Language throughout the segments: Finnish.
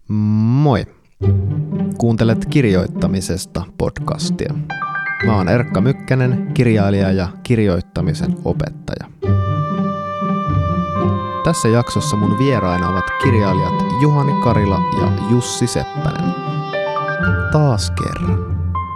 Moi! Kuuntelet kirjoittamisesta podcastia. Mä oon Erkka Mykkänen, kirjailija ja kirjoittamisen opettaja. Tässä jaksossa mun vieraina ovat kirjailijat Juhani Karila ja Jussi Seppänen. Taas kerran.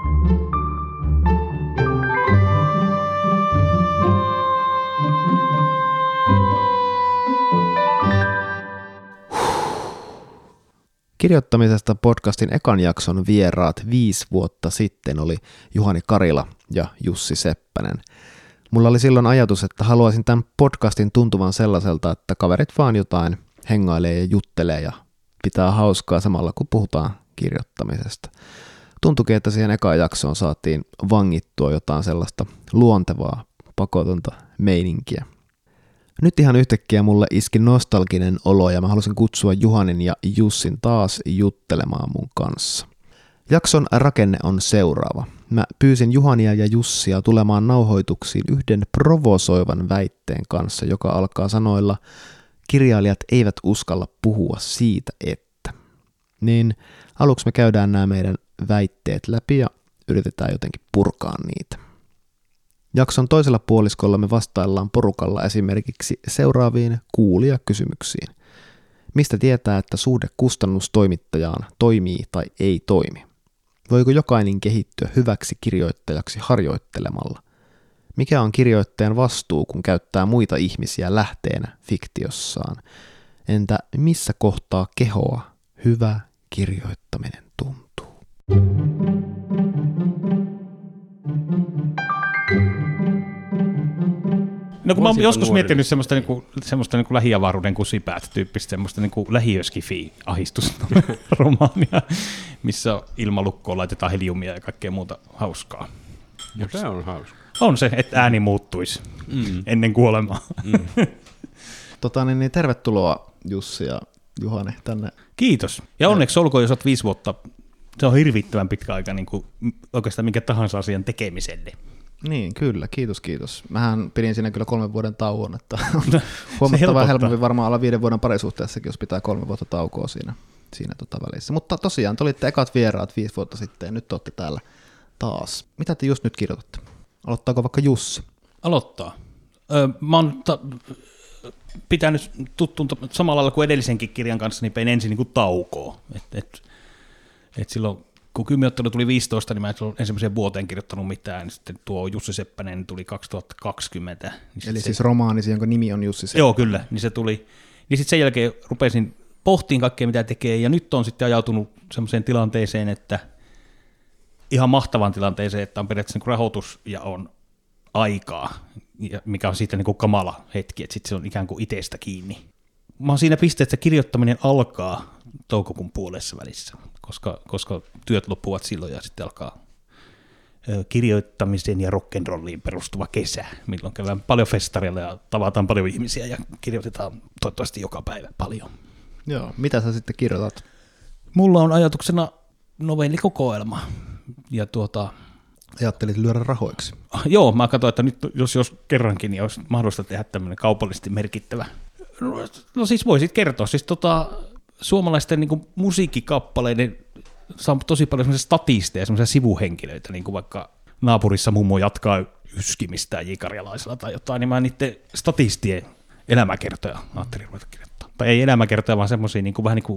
Kirjoittamisesta podcastin ekan jakson vieraat 5 vuotta sitten oli Juhani Karila ja Jussi Seppänen. Mulla oli silloin ajatus, että haluaisin tämän podcastin tuntuvan sellaiselta, että kaverit vaan jotain hengailee ja juttelee ja pitää hauskaa samalla, kun puhutaan kirjoittamisesta. Tuntuikin, että siihen ekaan jaksoon saatiin vangittua jotain sellaista luontevaa, pakotonta meininkiä. Nyt ihan yhtäkkiä mulle iski nostalginen olo ja mä halusin kutsua Juhanin ja Jussin taas juttelemaan mun kanssa. Jakson rakenne on seuraava. Mä pyysin Juhania ja Jussia tulemaan nauhoituksiin yhden provosoivan väitteen kanssa, joka alkaa sanoilla kirjailijat eivät uskalla puhua siitä, että. Niin aluksi me käydään nämä meidän väitteet läpi ja yritetään jotenkin purkaa niitä. Jakson toisella puoliskolla me vastaillaan porukalla esimerkiksi seuraaviin kuulijakysymyksiin. Mistä tietää, että suhde kustannustoimittajaan toimii tai ei toimi? Voiko jokainen kehittyä hyväksi kirjoittajaksi harjoittelemalla? Mikä on kirjoittajan vastuu, kun käyttää muita ihmisiä lähteenä fiktiossaan? Entä missä kohtaa kehoa hyvä kirjoittaminen tuntuu? No kun mä oon joskus miettinyt semmoista lähiavaruuden kuin Sipäät tyyppistä semmoista lähiöskifi-ahistusromaania, missä ilmalukkoon laitetaan heliumia ja kaikkea muuta hauskaa. Ja se on hauska. On se, että ääni muuttuisi ennen kuolemaa. Tervetuloa Jussi ja Juhani tänne. Kiitos. Ja onneksi olkoon, jos olet 5 vuotta. Se on hirvittävän pitkä aika niin kuin oikeastaan minkä tahansa asian tekemiselle. Niin, kyllä. Kiitos. Mähän pidin siinä kyllä 3 vuoden tauon, että huomattavasti helpompi varmaan olla 5 vuoden parisuhteessakin, jos pitää 3 vuotta taukoa siinä välissä. Mutta tosiaan, te olitte ekat vieraat 5 vuotta sitten ja nyt olette täällä taas. Mitä te just nyt kirjoitatte? Aloittaako vaikka Jussi? Aloittaa. Mä oon pitänyt tuttuun samalla lailla kuin edellisenkin kirjan kanssa, niin pein ensin niin kuin taukoa. Et silloin kun Kymiottelu tuli 15, niin mä en ole ensimmäiseen vuoteen kirjoittanut mitään. Sitten tuo Jussi Seppänen tuli 2020. Niin eli siis romaanisi, jonka nimi on Jussi Seppänen. Joo, kyllä. Niin se tuli. Niin sitten sen jälkeen rupesin pohtiin kaikkea, mitä tekee. Ja nyt on sitten ajautunut semmoiseen tilanteeseen, että ihan mahtavan tilanteeseen, että on periaatteessa niin rahoitus ja on aikaa, mikä on siitä niin kuin kamala hetki, että sitten se on ikään kuin itsestä kiinni. Mä oon siinä pisteessä, että kirjoittaminen alkaa toukokuun puolessa välissä, koska työt loppuvat silloin ja sitten alkaa kirjoittamisen ja rock'n'rolliin perustuva kesä, milloin käydään paljon festareilla ja tavataan paljon ihmisiä ja kirjoitetaan toivottavasti joka päivä paljon. Joo, mitä sä sitten kirjoitat? Mulla on ajatuksena novellikokoelma. Ja ajattelit lyödä rahoiksi? Joo, mä katsoin, että nyt jos kerrankin niin olisi mahdollista tehdä tämmöinen kaupallisesti merkittävä. No siis voisit kertoa, siis suomalaisten niin kuin musiikkikappaleiden saa tosi paljon semmoisia statisteja, semmoisia sivuhenkilöitä, niin kuin vaikka naapurissa mummo jatkaa yskimistään jikarjalaisella tai jotain, niin mä niiden statistien elämäkertoja ajattelin ruveta kirjoittaa. Tai ei elämäkertoja, vaan semmoisia niin kuin vähän niin kuin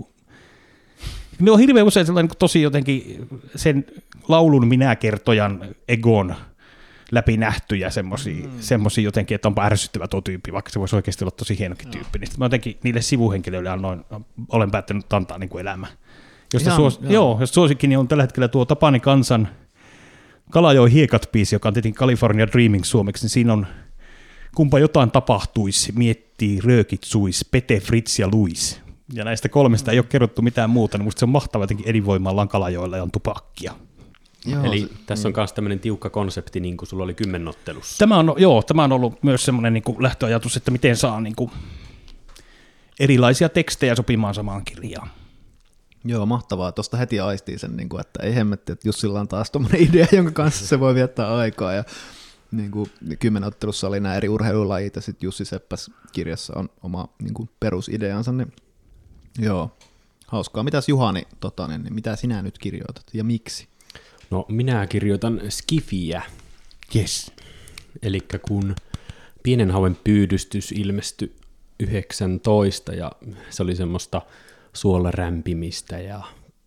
ne on hirveän usein sellainen niin tosi jotenkin sen laulun minäkertojan egon läpinähtyjä semmosia jotenkin, että onpa ärsyttävä tuo tyyppi, vaikka se voisi oikeasti olla tosi hienokin tyyppi. Niin mä jotenkin niille sivuhenkilöille olen päättänyt antaa niin kuin elämä. Jos suosikin, niin on tällä hetkellä tuo Tapani Kansan Kalajoi hiekat-biisi, joka on tietenkin California Dreaming suomeksi, niin siinä on kumpa jotain tapahtuisi, miettii röökit suis, Pete, Fritz ja Luis. Ja näistä 3 ei ole kerrottu mitään muuta, niin musta se on mahtava jotenkin elinvoimaa Kalajoilla ja on tupakkia. Joo, eli tässä on myös tämmöinen tiukka konsepti, niin kuin sulla oli Kymmenottelussa. Tämä on ollut myös semmoinen niin kuin lähtöajatus, että miten saa niin kuin erilaisia tekstejä sopimaan samaan kirjaan. Joo, mahtavaa. Tuosta heti aistii sen, että ei hemmetti, että Jussilla on taas tommoinen idea, jonka kanssa se voi viettää aikaa. Ja niin kuin Kymmenottelussa oli nämä eri urheilulajit ja sitten Jussi Seppäs kirjassa on oma niin kuin perusideansa. Niin joo, Hauskaa. Mitäs Juhani, niin mitä sinä nyt kirjoitat ja miksi? No minä kirjoitan skifiä. Yes. Eli kun Pienen hauen pyydystys ilmestyi 19 ja se oli semmoista suolarämpimistä ja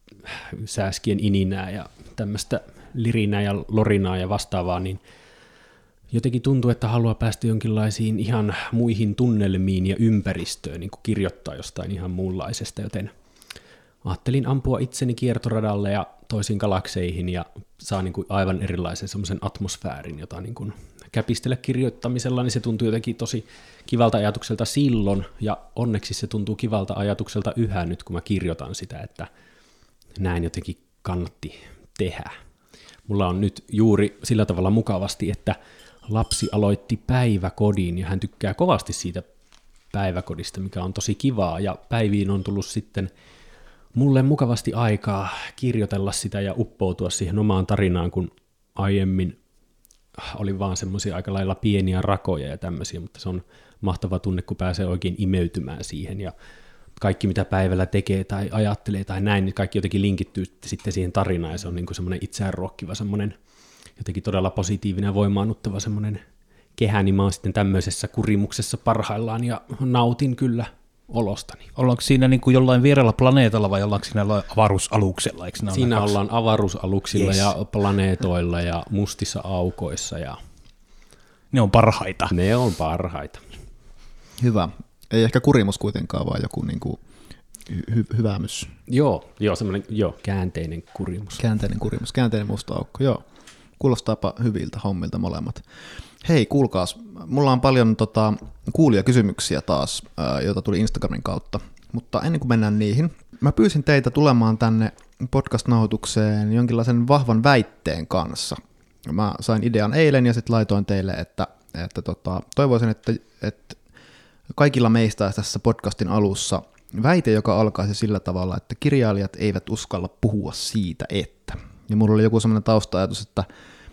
sääskien ininää ja tämmöistä lirinää ja lorinaa ja vastaavaa, niin jotenkin tuntuu, että haluaa päästä jonkinlaisiin ihan muihin tunnelmiin ja ympäristöön, niin kuin kirjoittaa jostain ihan muunlaisesta, joten ajattelin ampua itseni kiertoradalle ja toisiin galakseihin ja saa niin kuin aivan erilaisen semmoisen atmosfäärin, jota niin kuin käpistellä kirjoittamisella, niin se tuntuu jotenkin tosi kivalta ajatukselta silloin, ja onneksi se tuntuu kivalta ajatukselta yhä nyt, kun mä kirjoitan sitä, että näin jotenkin kannatti tehdä. Mulla on nyt juuri sillä tavalla mukavasti, että lapsi aloitti päiväkodin, ja hän tykkää kovasti siitä päiväkodista, mikä on tosi kivaa, ja päiviin on tullut sitten mulle mukavasti aikaa kirjoitella sitä ja uppoutua siihen omaan tarinaan, kun aiemmin oli vaan semmoisia aika lailla pieniä rakoja ja tämmöisiä, mutta se on mahtava tunne, kun pääsee oikein imeytymään siihen, ja kaikki mitä päivällä tekee tai ajattelee tai näin, niin kaikki jotenkin linkittyy sitten siihen tarinaan, ja se on niin kuin semmoinen itseään ruokkiva, semmoinen jotenkin todella positiivinen ja voimaannuttava semmoinen kehä, niin mä oon sitten tämmöisessä kurimuksessa parhaillaan, ja nautin kyllä olostani. Ollaanko siinä niin kuin jollain vieraalla planeetalla vai ollaanko siinä avaruusaluksella? Siinä ollaan avaruusaluksilla ja planeetoilla ja mustissa aukoissa. Ja ne on parhaita. Ne on parhaita. Hyvä. Ei ehkä kurimus kuitenkaan, vaan joku niin kuin hyvämys. Joo, semmoinen käänteinen kurimus. Käänteinen musta aukko, joo. Kuulostaapa hyviltä hommilta molemmat. Hei, kuulkaas, mulla on paljon kuulijakysymyksiä taas, joita tuli Instagramin kautta, mutta ennen kuin mennään niihin, mä pyysin teitä tulemaan tänne podcast-nauhoitukseen jonkinlaisen vahvan väitteen kanssa. Mä sain idean eilen ja sitten laitoin teille, että toivoisin, että kaikilla meistä olisi tässä podcastin alussa väite, joka alkaisi sillä tavalla, että kirjailijat eivät uskalla puhua siitä, että. Ja mulla oli joku sellainen tausta-ajatus, että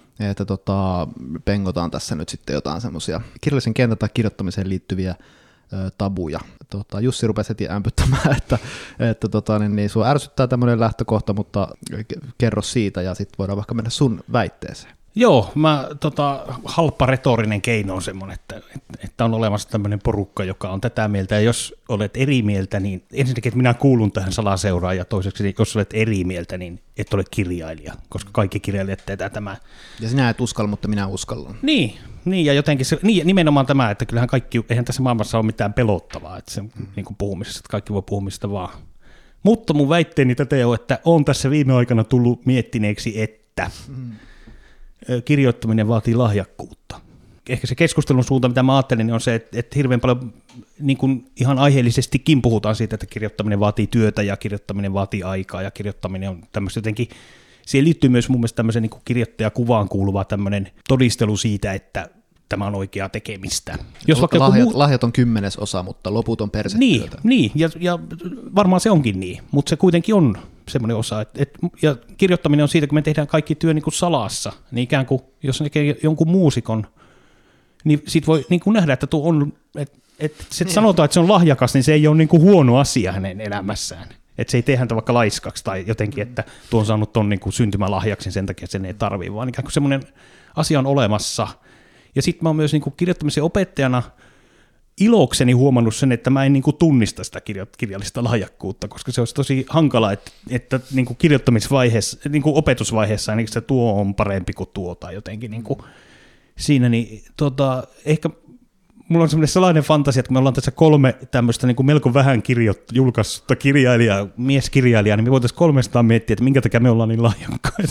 pengotaan tässä nyt sitten jotain semmoisia kirjallisen kentän tai kirjoittamiseen liittyviä tabuja. Jussi rupesi heti ämpyttämään, että niin sua ärsyttää tämmöinen lähtökohta, mutta kerro siitä ja sitten voidaan vaikka mennä sun väitteeseen. Joo, halppa retorinen keino on semmoinen, että on olemassa tämmöinen porukka, joka on tätä mieltä, ja jos olet eri mieltä, niin ensinnäkin, että minä kuulun tähän salaseuraan, ja toiseksi, jos olet eri mieltä, niin et ole kirjailija, koska kaikki kirjailijat teetään tämä. Ja sinä et uskalla, mutta minä uskallan. Niin ja jotenkin nimenomaan tämä, että kyllähän kaikki, eihän tässä maailmassa ole mitään pelottavaa, että se niin kuin puhumisessa, että kaikki voi puhumista vaan. Mutta mun väitteeni tätä on, että on tässä viime aikana tullut miettineeksi, että kirjoittaminen vaatii lahjakkuutta. Ehkä se keskustelun suunta, mitä mä ajattelin, niin on se, että hirveän paljon niin kuin ihan aiheellisestikin puhutaan siitä, että kirjoittaminen vaatii työtä ja kirjoittaminen vaatii aikaa ja kirjoittaminen on tämmöistä jotenkin, siihen liittyy myös mun mielestä tämmöisen niin kuin kirjoittajakuvaan kuuluva tämmöinen todistelu siitä, että tämä on oikeaa tekemistä. Jos vaikka lahjat on 10%, mutta loput on persetyötä. Niin ja varmaan se onkin niin, mutta se kuitenkin on semmoinen osa, ja kirjoittaminen on siitä, kun me tehdään kaikki työ niin kuin salassa, niin ikään kuin jos näkee jonkun muusikon, niin siitä voi niin kuin nähdä, että tuo on, että sanotaan, että se on lahjakas, niin se ei ole niin kuin huono asia hänen elämässään. Että se ei tee häntä vaikka laiskaksi tai jotenkin, että tuo on saanut tuon niin kuin syntymälahjaksi sen takia, että sen ei tarvitse, vaan ikään kuin semmoinen asia on olemassa. Ja sitten mä oon myös niin kuin kirjoittamisen opettajana ilokseni huomannut sen, että mä en niin kuin tunnista sitä kirjallista lahjakkuutta, koska se olisi tosi hankala, että niin kuin kirjoittamisvaiheessa, niin kuin opetusvaiheessa, niin se tuo on parempi kuin tuo tai jotenkin niin kuin siinä, niin ehkä mulla on semmoinen sellainen fantasia, että kun me ollaan tässä 3 tämmöistä niin kuin melko vähän julkaista kirjailijaa, mieskirjailijaa, niin me voitaisiin 300 miettiä, että minkä takia me ollaan niin lahjakkaita.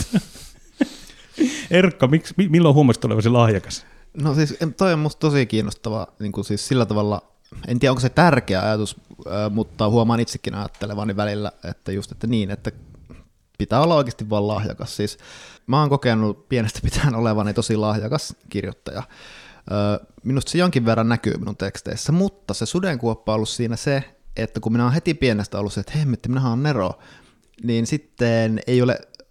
Erkka, milloin huomasit olevasi lahjakas? No siis toi on musta tosi kiinnostava, niin kuin siis sillä tavalla, en tiedä onko se tärkeä ajatus, mutta huomaan itsekin ajattelevani välillä, että just että niin, että pitää olla oikeasti vaan lahjakas. Siis mä oon kokenut pienestä pitäen olevani tosi lahjakas kirjoittaja. Minusta se jonkin verran näkyy minun teksteissä, mutta se sudenkuoppa on ollut siinä se, että kun minä oon heti pienestä ollut se, että hemmetti, minähän on nero, niin sitten ei ole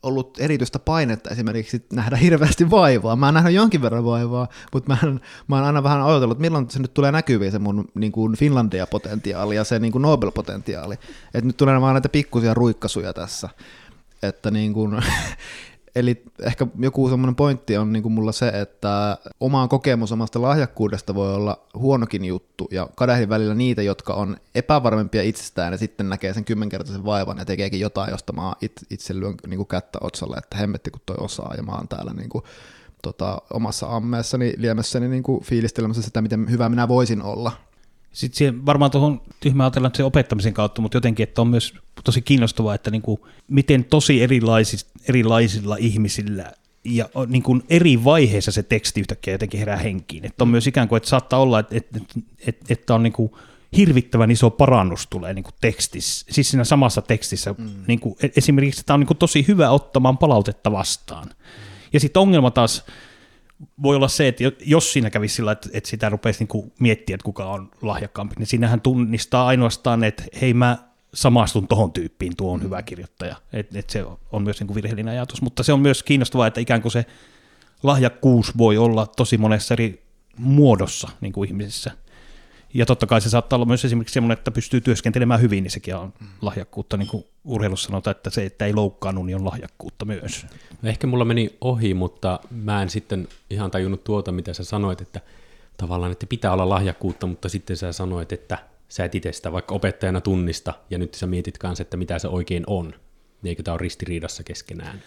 ollut erityistä painetta esimerkiksi nähdä hirveästi vaivaa. Mä oon nähnyt jonkin verran vaivaa, mutta mä oon aina vähän odotellut, että milloin se nyt tulee näkyviin se mun niin kuin Finlandia-potentiaali ja se niin kuin Nobel-potentiaali. Että nyt tulee vaan näitä pikkusia ruikkasuja tässä. Että niin kuin, eli ehkä joku semmoinen pointti on niin kuin mulla se, että oma kokemus omasta lahjakkuudesta voi olla huonokin juttu, ja kadehdin välillä niitä, jotka on epävarmempia itsestään, ja sitten näkee sen 10-kertaisen vaivan, ja tekeekin jotain, josta mä itse lyön niin kuin kättä otsalle, että hemmetti kun toi osaa, ja mä oon täällä niin kuin, omassa ammeessani, liemessäni niin kuin fiilistelemässä sitä, miten hyvä minä voisin olla. Sitten siihen varmaan tuohon tyhmään ajatellaan se opettamisen kautta, mutta jotenkin, että on myös tosi kiinnostavaa, että niin kuin, miten tosi erilaisilla ihmisillä ja niin kuin eri vaiheissa se teksti yhtäkkiä jotenkin herää henkiin. Että on myös ikään kuin, että saattaa olla, että on niin kuin hirvittävän iso parannus tulee niin kuin tekstissä, siis siinä samassa tekstissä. Niin kuin, esimerkiksi tämä on niin kuin tosi hyvä ottamaan palautetta vastaan. Ja sitten ongelma taas voi olla se, että jos siinä kävisi sillä, että sitä rupeisi niinku miettiä, että kuka on lahjakkaampi, niin siinähän tunnistaa ainoastaan, että hei, mä samastun tohon tyyppiin, tuo on hyvä kirjoittaja. Että se on myös niinku virheellinen ajatus, mutta se on myös kiinnostavaa, että ikään kuin se lahjakkuus voi olla tosi monessa eri muodossa niin kuin ihmisissä. Ja totta kai se saattaa olla myös esimerkiksi semmoinen, että pystyy työskentelemään hyvin, niin sekin on lahjakkuutta. Niin kuin urheilussa sanotaan, että se, että ei loukkaannu, niin on lahjakkuutta myös. Ehkä mulla meni ohi, mutta mä en sitten ihan tajunnut tuota, mitä sä sanoit, että tavallaan, että pitää olla lahjakkuutta, mutta sitten sä sanoit, että sä et itse sitä vaikka opettajana tunnista, ja nyt sä mietit kanssa, että mitä se oikein on. Eikö tämä ole ristiriidassa keskenään?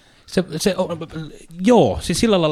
Joo, siis sillä lailla,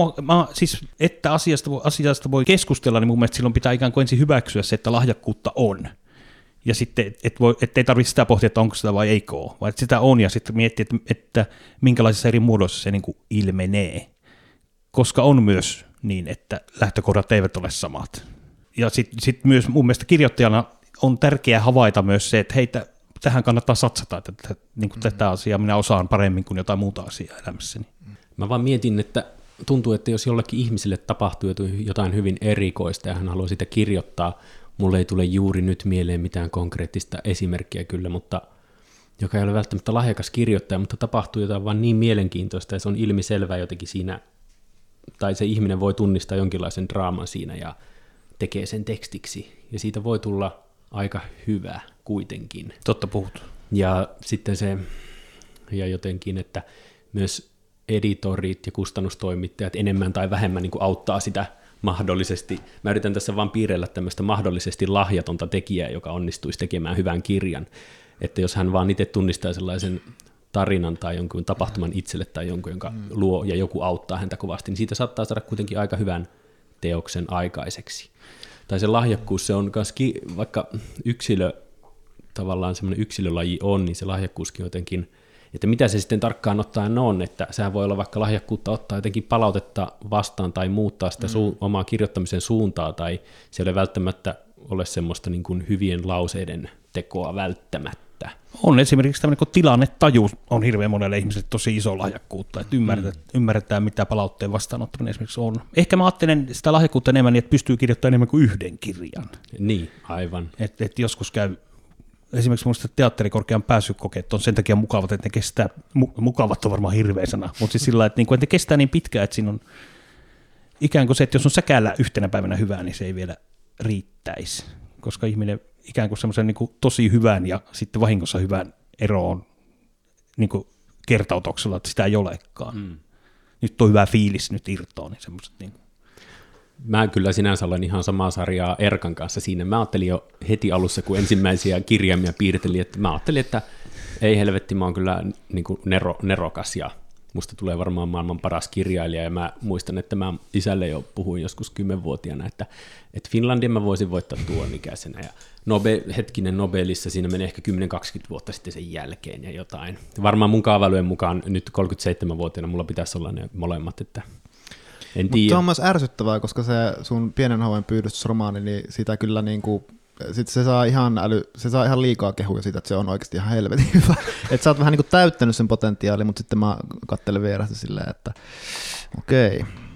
että asiasta voi keskustella, niin mun mielestä silloin pitää ikään kuin ensin hyväksyä se, että lahjakkuutta on. Ja sitten, ettei tarvitse sitä pohtia, että onko sitä vai eikö ole, vaan että sitä on, ja sitten miettiä, että minkälaisissa eri muodoissa se niin kuin ilmenee. Koska on myös niin, että lähtökohdat eivät ole samat. Ja sitten myös mun mielestä kirjoittajana on tärkeää havaita myös se, että heitä tähän kannattaa satsata, että niin kuin tätä asiaa minä osaan paremmin kuin jotain muuta asiaa elämässäni. Mä vaan mietin, että tuntuu, että jos jollekin ihmiselle tapahtuu jotain hyvin erikoista ja hän haluaa sitä kirjoittaa, mulle ei tule juuri nyt mieleen mitään konkreettista esimerkkiä kyllä, mutta joka ei ole välttämättä lahjakas kirjoittaja, mutta tapahtuu jotain vaan niin mielenkiintoista ja se on ilmiselvää jotenkin siinä, tai se ihminen voi tunnistaa jonkinlaisen draaman siinä ja tekee sen tekstiksi ja siitä voi tulla aika hyvä kuitenkin. Totta puhut. Ja sitten se, ja jotenkin, että myös editorit ja kustannustoimittajat enemmän tai vähemmän niin kuin auttaa sitä mahdollisesti. Mä yritän tässä vaan piirrellä tämmöistä mahdollisesti lahjatonta tekijää, joka onnistuisi tekemään hyvän kirjan. Että jos hän vaan itse tunnistaa sellaisen tarinan tai jonkun tapahtuman itselle tai jonkun, jonka luo ja joku auttaa häntä kovasti, niin siitä saattaa saada kuitenkin aika hyvän teoksen aikaiseksi. Tai se lahjakkuus, se on myöskin, vaikka tavallaan semmoinen yksilölaji on, niin se lahjakkuuskin jotenkin, että mitä se sitten tarkkaan ottaen on, että sehän voi olla vaikka lahjakkuutta ottaa jotenkin palautetta vastaan tai muuttaa sitä omaa kirjoittamisen suuntaa, tai se ei välttämättä ole semmoista niin kuin hyvien lauseiden tekoa välttämättä. On esimerkiksi tämmöinen, kun tilannetaju on hirveän monelle ihmiselle tosi iso lahjakkuutta, että ymmärretään, mitä palautteen vastaanottaminen esimerkiksi on. Ehkä mä ajattelen sitä lahjakkuutta enemmän, että pystyy kirjoittamaan enemmän kuin yhden kirjan. Niin, aivan. Et joskus käy, esimerkiksi minusta teatterikorkean pääsykokeet on sen takia mukavat, että ne kestää, mukavat on varmaan hirveä sana, mutta siis sillä että ne kestää niin pitkään, että siinä on ikään kuin se, että jos on säkäällä yhtenä päivänä hyvää, niin se ei vielä riittäisi, koska ihminen ikään kuin semmoisen niin kuin tosi hyvän ja sitten vahingossa hyvän ero on niin kuin kertautuksella, että sitä ei olekaan. Nyt on hyvä fiilis, nyt irtoaa, niin semmoiset niin kuin. Mä kyllä sinänsä olen ihan samaa sarjaa Erkan kanssa siinä. Mä ajattelin jo heti alussa, kun ensimmäisiä kirjaimia piirtelin, että mä ajattelin, että ei helvetti, mä oon kyllä niin kuin nerokas ja musta tulee varmaan maailman paras kirjailija, ja mä muistan, että mä isälle jo puhuin joskus 10-vuotiaana, että Finlandin mä voisin voittaa tuon ikäisenä, ja Nobelissa siinä menee ehkä 10-20 vuotta sitten sen jälkeen ja jotain. Varmaan mun kaavailujen mukaan nyt 37-vuotiaana mulla pitäisi olla ne molemmat, että en tiedä. Mutta se on myös ärsyttävää, koska se sun Pienen hauen pyydystysromaani, niin sitä kyllä niinku sitten se saa ihan liikaa kehuja siitä, että se on oikeasti ihan helvetin hyvä. Että sä oot vähän niin kuin täyttänyt sen potentiaalin, mutta sitten mä katselen vierästä silleen, että okei.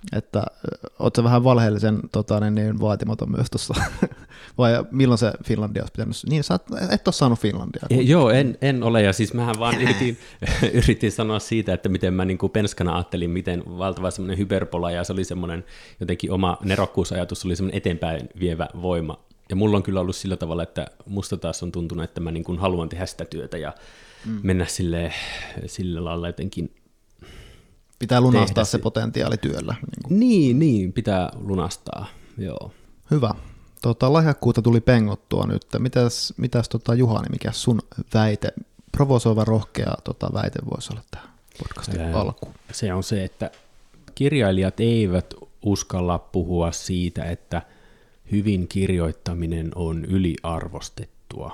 että oot sä vähän valheellisen niin vaatimaton myös tuossa, vai milloin se Finlandia olisi pitänyt, niin sä et ole saanut Finlandia. Joo, en ole, ja siis mähän vaan yritin sanoa siitä, että miten mä niin kuin penskana ajattelin, miten valtava semmoinen hyperbola, ja se oli semmoinen jotenkin oma nerokkuusajatus, oli semmoinen eteenpäin vievä voima, ja mulla on kyllä ollut sillä tavalla, että musta taas on tuntunut, että mä niin kuin haluan tehdä sitä työtä, ja mennä sillä lailla jotenkin. Pitää lunastaa se potentiaali työllä. Niin, pitää lunastaa, joo. Hyvä. Lahjakkuutta tuli pengottua nyt. Mitäs Juhani, mikä sun väite, provosoiva rohkea väite voisi olla tähän podcastin alkuun? Se on se, että kirjailijat eivät uskalla puhua siitä, että hyvin kirjoittaminen on yliarvostettua.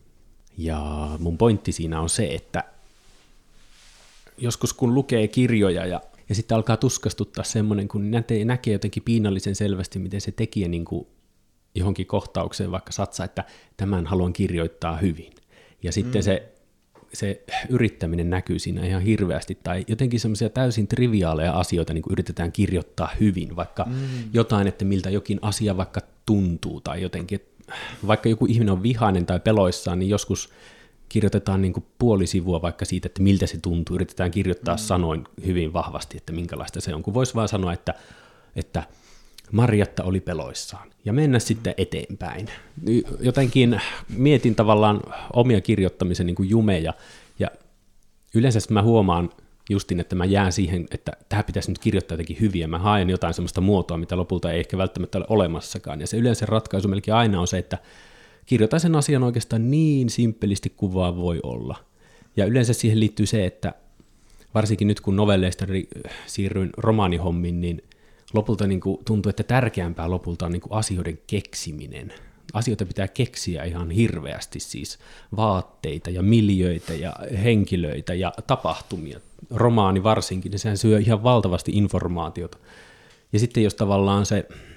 Ja mun pointti siinä on se, että joskus kun lukee kirjoja ja sitten alkaa tuskastuttaa semmoinen, kun näkee jotenkin piinallisen selvästi, miten se tekijä niin kuin johonkin kohtaukseen vaikka satsaa, että tämän haluan kirjoittaa hyvin. Ja sitten se yrittäminen näkyy siinä ihan hirveästi, tai jotenkin semmoisia täysin triviaaleja asioita niin kuin yritetään kirjoittaa hyvin, vaikka jotain, että miltä jokin asia vaikka tuntuu, tai jotenkin, vaikka joku ihminen on vihainen tai peloissaan, niin joskus kirjoitetaan niin kuin puoli sivua vaikka siitä, että miltä se tuntuu, yritetään kirjoittaa sanoin hyvin vahvasti, että minkälaista se on, kun voisi vaan sanoa, että Marjatta oli peloissaan, ja mennä sitten eteenpäin. Jotenkin mietin tavallaan omia kirjoittamisen niin kuin jumeja, ja yleensä mä huomaan justin, että mä jään siihen, että tähän pitäisi nyt kirjoittaa jotenkin hyvin, ja mä haen jotain sellaista muotoa, mitä lopulta ei ehkä välttämättä ole olemassakaan, ja se yleensä ratkaisu melkein aina on se, että kirjoitan sen asian oikeastaan niin simppelisti kuin vaan voi olla. Ja yleensä siihen liittyy se, että varsinkin nyt kun novelleista siirryin romaanihommiin, niin lopulta niin kuin tuntuu, että tärkeämpää lopulta on niin kuin asioiden keksiminen. Asioita pitää keksiä ihan hirveästi, siis vaatteita ja miljöitä ja henkilöitä ja tapahtumia. Romaani varsinkin, niin sehän syö ihan valtavasti informaatiota. Ja sitten jos tavallaan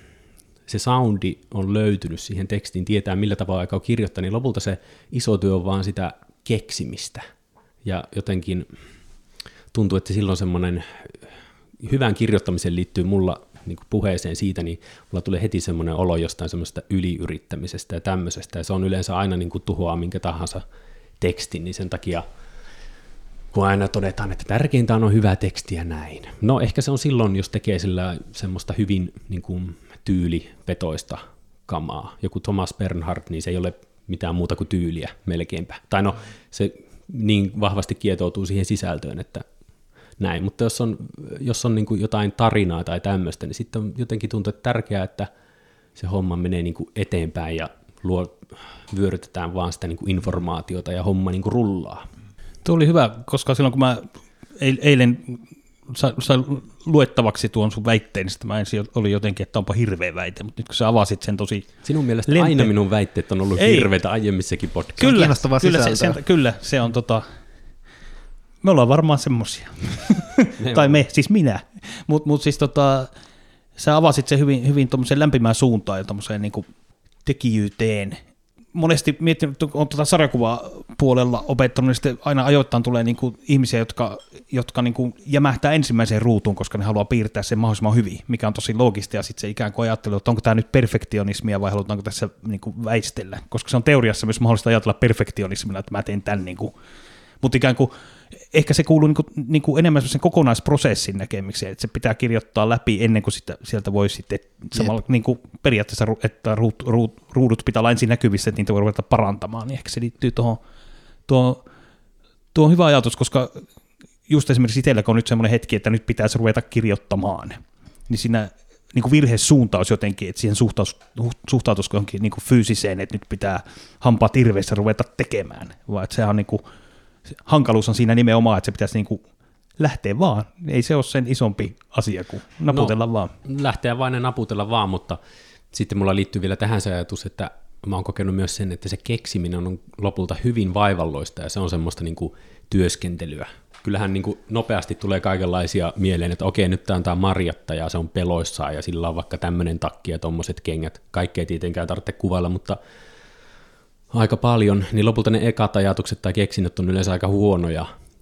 se soundi on löytynyt siihen tekstiin, tietää millä tavalla aikaa kirjoittaa, niin lopulta se iso työ on vaan sitä keksimistä. Ja jotenkin tuntuu, että silloin semmoinen hyvään kirjoittamiseen liittyy mulla niin kuin puheeseen siitä, niin mulla tulee heti semmoinen olo jostain semmoista yliyrittämisestä ja tämmöisestä, ja se on yleensä aina niin kuin tuhoaa minkä tahansa tekstin, niin sen takia kun aina todetaan, että tärkeintä on hyvä teksti ja näin. No ehkä se on silloin, jos tekee sillä semmoista hyvin niin kuin tyylipetoista kamaa. Joku Thomas Bernhard, niin se ei ole mitään muuta kuin tyyliä melkeinpä. Tai no, se niin vahvasti kietoutuu siihen sisältöön, että näin. Mutta jos on niin kuin jotain tarinaa tai tämmöistä, niin sitten jotenkin tuntuu, että tärkeää, että se homma menee niin kuin eteenpäin ja vyörytetään vaan sitä niin kuin informaatiota ja homma niin kuin rullaa. Tuo oli hyvä, koska silloin kun mä eilen sain luettavaksi tuon sun väitteen, niin mä ensin oli jotenkin, että onpa hirveä väite, mutta nyt kun sä avasit sen tosi sinun mielestä aina minun väitteet on ollut hirveitä aiemmissakin podcastissa. Kyllä, se on me ollaan varmaan semmosia. Tai me, siis minä. Mut siis sä avasit sen hyvin tommoseen lämpimään suuntaan ja tommoseen niinku tekijyyteen. Monesti miettinyt, on sarjakuvapuolella opettanut, niin sitten aina ajoittain tulee niinku ihmisiä, jotka niinku jämähtää ensimmäiseen ruutuun, koska ne haluaa piirtää sen mahdollisimman hyvin, mikä on tosi loogista, ja sitten se ikään kuin ajattelee, että onko tämä nyt perfektionismia vai halutaanko tässä niinku väistellä, koska se on teoriassa myös mahdollista ajatella perfektionismilla, että mä teen tämän, niinku. Mutta ikään kuin ehkä se kuuluu niinku enemmän sen kokonaisprosessin näkemiseen, että se pitää kirjoittaa läpi ennen kuin sieltä voi sitten samalla niinku periaatteessa, että ruudut pitää olla ensin näkyvissä, että niitä voi ruveta parantamaan, niin ehkä se liittyy tuo on hyvä ajatus, koska just esimerkiksi itsellä, kun on nyt semmoinen hetki, että nyt pitäisi ruveta kirjoittamaan, niin siinä niinku virhesuuntaus jotenkin, että siihen suhtautuisi johonkin niinku fyysiseen, että nyt pitää hampaat irveissä ruveta tekemään, vaan että sehän on niinku hankaluus on siinä nimenomaan, että se pitäisi niinku lähteä vaan. Ei se ole sen isompi asia kuin naputella vaan. Lähteä vain ja naputella vaan, mutta sitten mulla liittyy vielä tähän se ajatus, että mä oon kokenut myös sen, että se keksiminen on lopulta hyvin vaivalloista ja se on semmoista niinku työskentelyä. Kyllähän niinku nopeasti tulee kaikenlaisia mieleen, että okei, nyt tää on Marjatta ja se on peloissaan ja sillä on vaikka tämmöinen takki ja tommoset kengät. Kaikkea tietenkään tarvitse kuvailla, mutta aika paljon, niin lopulta ne ekat ajatukset tai keksinnöt on yleensä aika huonoja,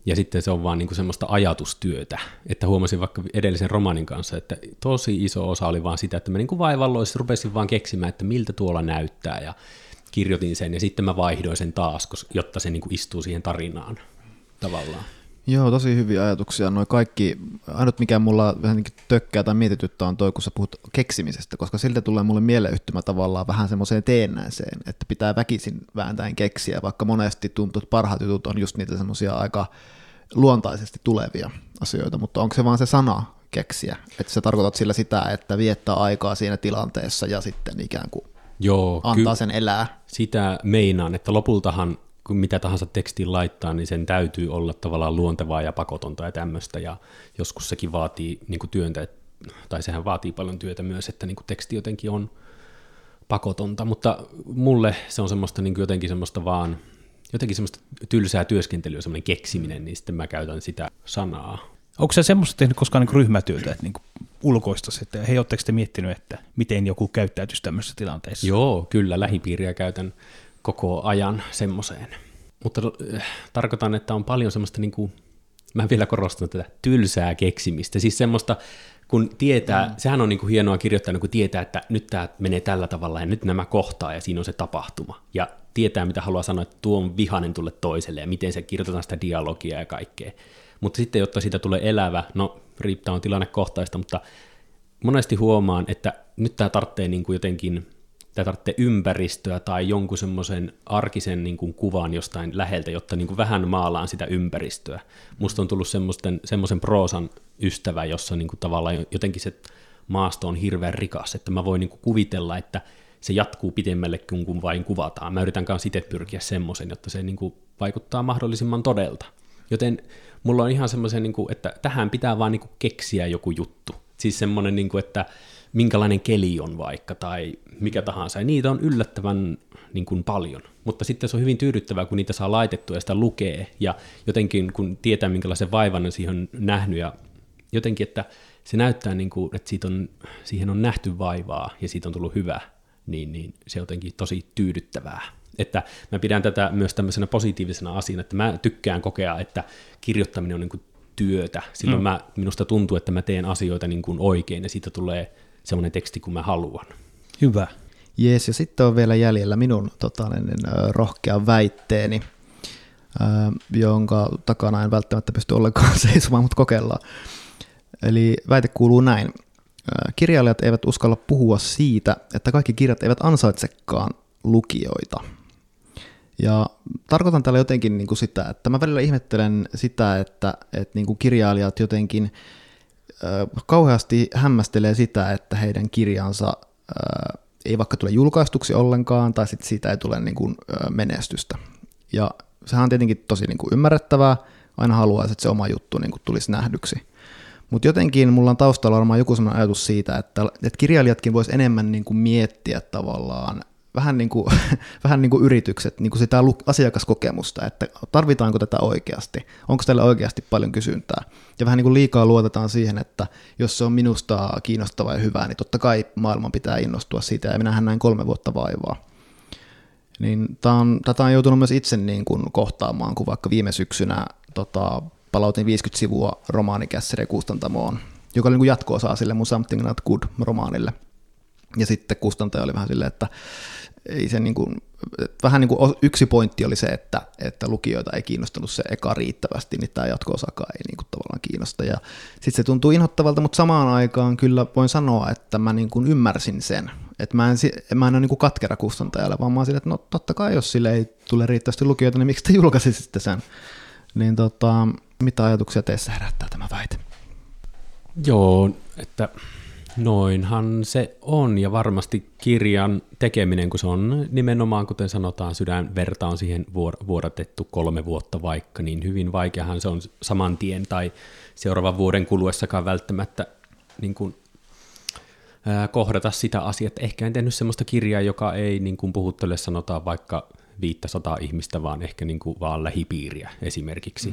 ja sitten se on vaan niin kuin semmoista ajatustyötä, että huomasin vaikka edellisen romaanin kanssa, että tosi iso osa oli vaan sitä, että mä niin kuin vaivalloissa rupesin vaan keksimään, että miltä tuolla näyttää, ja kirjoitin sen, ja sitten mä vaihdoin sen taas, jotta se niin kuin istuu siihen tarinaan tavallaan. Joo, tosi hyviä ajatuksia. Noi kaikki, ainut mikä mulla vähän niin tökkää tai mietityttää on toi, kun sä puhut keksimisestä, koska siltä tulee mulle mieleyhtymä tavallaan vähän semmoiseen teennäiseen, että pitää väkisin vääntäen keksiä, vaikka monesti tuntuu, että parhaat jutut on just niitä semmoisia aika luontaisesti tulevia asioita, mutta onko se vaan se sana keksiä, että sä tarkoitat sillä sitä, että viettää aikaa siinä tilanteessa ja sitten ikään kuin antaa sen elää? Sitä meinaan, että lopultahan kun mitä tahansa tekstiin laittaa, niin sen täytyy olla tavallaan luontevaa ja pakotonta ja tämmöistä, ja joskus sekin vaatii niin kuin työntä, tai sehän vaatii paljon työtä myös, että niin kuin teksti jotenkin on pakotonta, mutta mulle se on semmoista niin kuin jotenkin semmoista vaan, jotenkin semmoista tylsää työskentelyä, semmoinen keksiminen, niin sitten mä käytän sitä sanaa. Onko sä semmoista tehnyt koskaan niin kuin ryhmätyötä, että niin kuin ulkoistaisi, että hei, ootteko te miettinyt, että miten joku käyttäytyisi tämmöisessä tilanteessa? Joo, kyllä, lähipiiriä käytän koko ajan semmoiseen. Mutta tarkoitan, että on paljon semmoista, niin kuin, mä vielä korostan tätä tylsää keksimistä. Siis semmoista, kun tietää, sehän on niin kuin hienoa kirjoittaa, kun tietää, että nyt tämä menee tällä tavalla ja nyt nämä kohtaa ja siinä on se tapahtuma. Ja tietää, mitä haluaa sanoa, että tuo on vihainen tulle toiselle ja miten se kirjoitetaan sitä dialogia ja kaikkea. Mutta sitten, jotta siitä tulee elävä, no riittää on tilannekohtaista, mutta monesti huomaan, että nyt tämä tarvitsee niin kuin jotenkin, tämä tarvitsee ympäristöä tai jonkun semmoisen arkisen niin kuin kuvan jostain läheltä, jotta niin kuin vähän maalaan sitä ympäristöä. Musta on tullut semmoisen proosan ystävä, jossa niin kuin tavallaan jotenkin se maasto on hirveän rikas, että mä voin niin kuin kuvitella, että se jatkuu pidemmälle kuin vain kuvataan. Mä yritän kanssa itse pyrkiä semmoisen, jotta se niin kuin vaikuttaa mahdollisimman todelta. Joten mulla on ihan semmoisen, niin kuin, että tähän pitää vaan niin kuin keksiä joku juttu. Siis semmoinen, niin kuin, että minkälainen keli on vaikka tai mikä tahansa. Ja niitä on yllättävän niin kuin paljon. Mutta sitten se on hyvin tyydyttävää, kun niitä saa laitettua ja sitä lukee. Ja jotenkin kun tietää, minkälaisen vaivan siihen on nähnyt. Ja jotenkin, että se näyttää, niin kuin, että siihen on nähty vaivaa ja siitä on tullut hyvä. Niin se on jotenkin tosi tyydyttävää. Että mä pidän tätä myös tämmöisenä positiivisena asiana, että mä tykkään kokea, että kirjoittaminen on niin kuin työtä. Silloin minusta tuntuu, että mä teen asioita niin kuin oikein ja siitä tulee semmoinen teksti kuin mä haluan. Hyvä. Jees, ja sitten on vielä jäljellä minun rohkea väitteeni, jonka takana en välttämättä pysty ollenkaan seisomaan, mutta kokeillaan. Eli väite kuuluu näin. Kirjailijat eivät uskalla puhua siitä, että kaikki kirjat eivät ansaitsekaan lukijoita. Ja tarkoitan tällä jotenkin niin kuin sitä, että mä välillä ihmettelen sitä, että niin kuin kirjailijat jotenkin kauheasti hämmästelee sitä, että heidän kirjansa ei vaikka tule julkaistuksi ollenkaan, tai sitten siitä ei tule niin kuin menestystä. Ja sehän on tietenkin tosi niin kuin ymmärrettävää, aina haluaisi, että se oma juttu niin kuin tulisi nähdyksi. Mutta jotenkin mulla on taustalla varmaan joku sellainen ajatus siitä, että kirjailijatkin vois enemmän niin kuin miettiä tavallaan, vähän niin kuin yritykset, niin kuin sitä asiakaskokemusta, että tarvitaanko tätä oikeasti, onko tällä oikeasti paljon kysyntää. Ja vähän niin kuin liikaa luotetaan siihen, että jos se on minusta kiinnostavaa ja hyvää, niin totta kai maailman pitää innostua siitä, ja minähän näin 3 vuotta vaivaa. Niin tätä on joutunut myös itse niin kuin kohtaamaan, kun vaikka viime syksynä palautin 50 sivua romaani Kässeri Kustantamoon, joka oli niin kuin jatko-osaa sille mun Something Not Good-romaanille. Ja sitten kustantaja oli vähän silleen, että ei se niin kuin, vähän niin kuin yksi pointti oli se, että lukijoita ei kiinnostanut se eka riittävästi, niin tämä jatko-osakaan ei niin kuin tavallaan kiinnosta. Ja sitten se tuntuu inhottavalta, mutta samaan aikaan kyllä voin sanoa, että mä niin kuin ymmärsin sen. Että mä en ole niin kuin katkera kustantajalle, vaan mä oon silleen, että no totta kai jos sille ei tule riittävästi lukijoita, niin miksi te julkaisisitte sen? Niin mitä ajatuksia teissä herättää tämä väite? Joo, että noinhan se on, ja varmasti kirjan tekeminen, kun se on nimenomaan, kuten sanotaan, sydänverta on siihen vuodatettu 3 vuotta vaikka, niin hyvin vaikeahan se on saman tien tai seuraavan vuoden kuluessakaan välttämättä niin kuin, kohdata sitä asiaa, että ehkä en tehnyt sellaista kirjaa, joka ei niin kuin puhuttele sanotaan vaikka 500 ihmistä, vaan ehkä niin kuin vaan lähipiiriä esimerkiksi.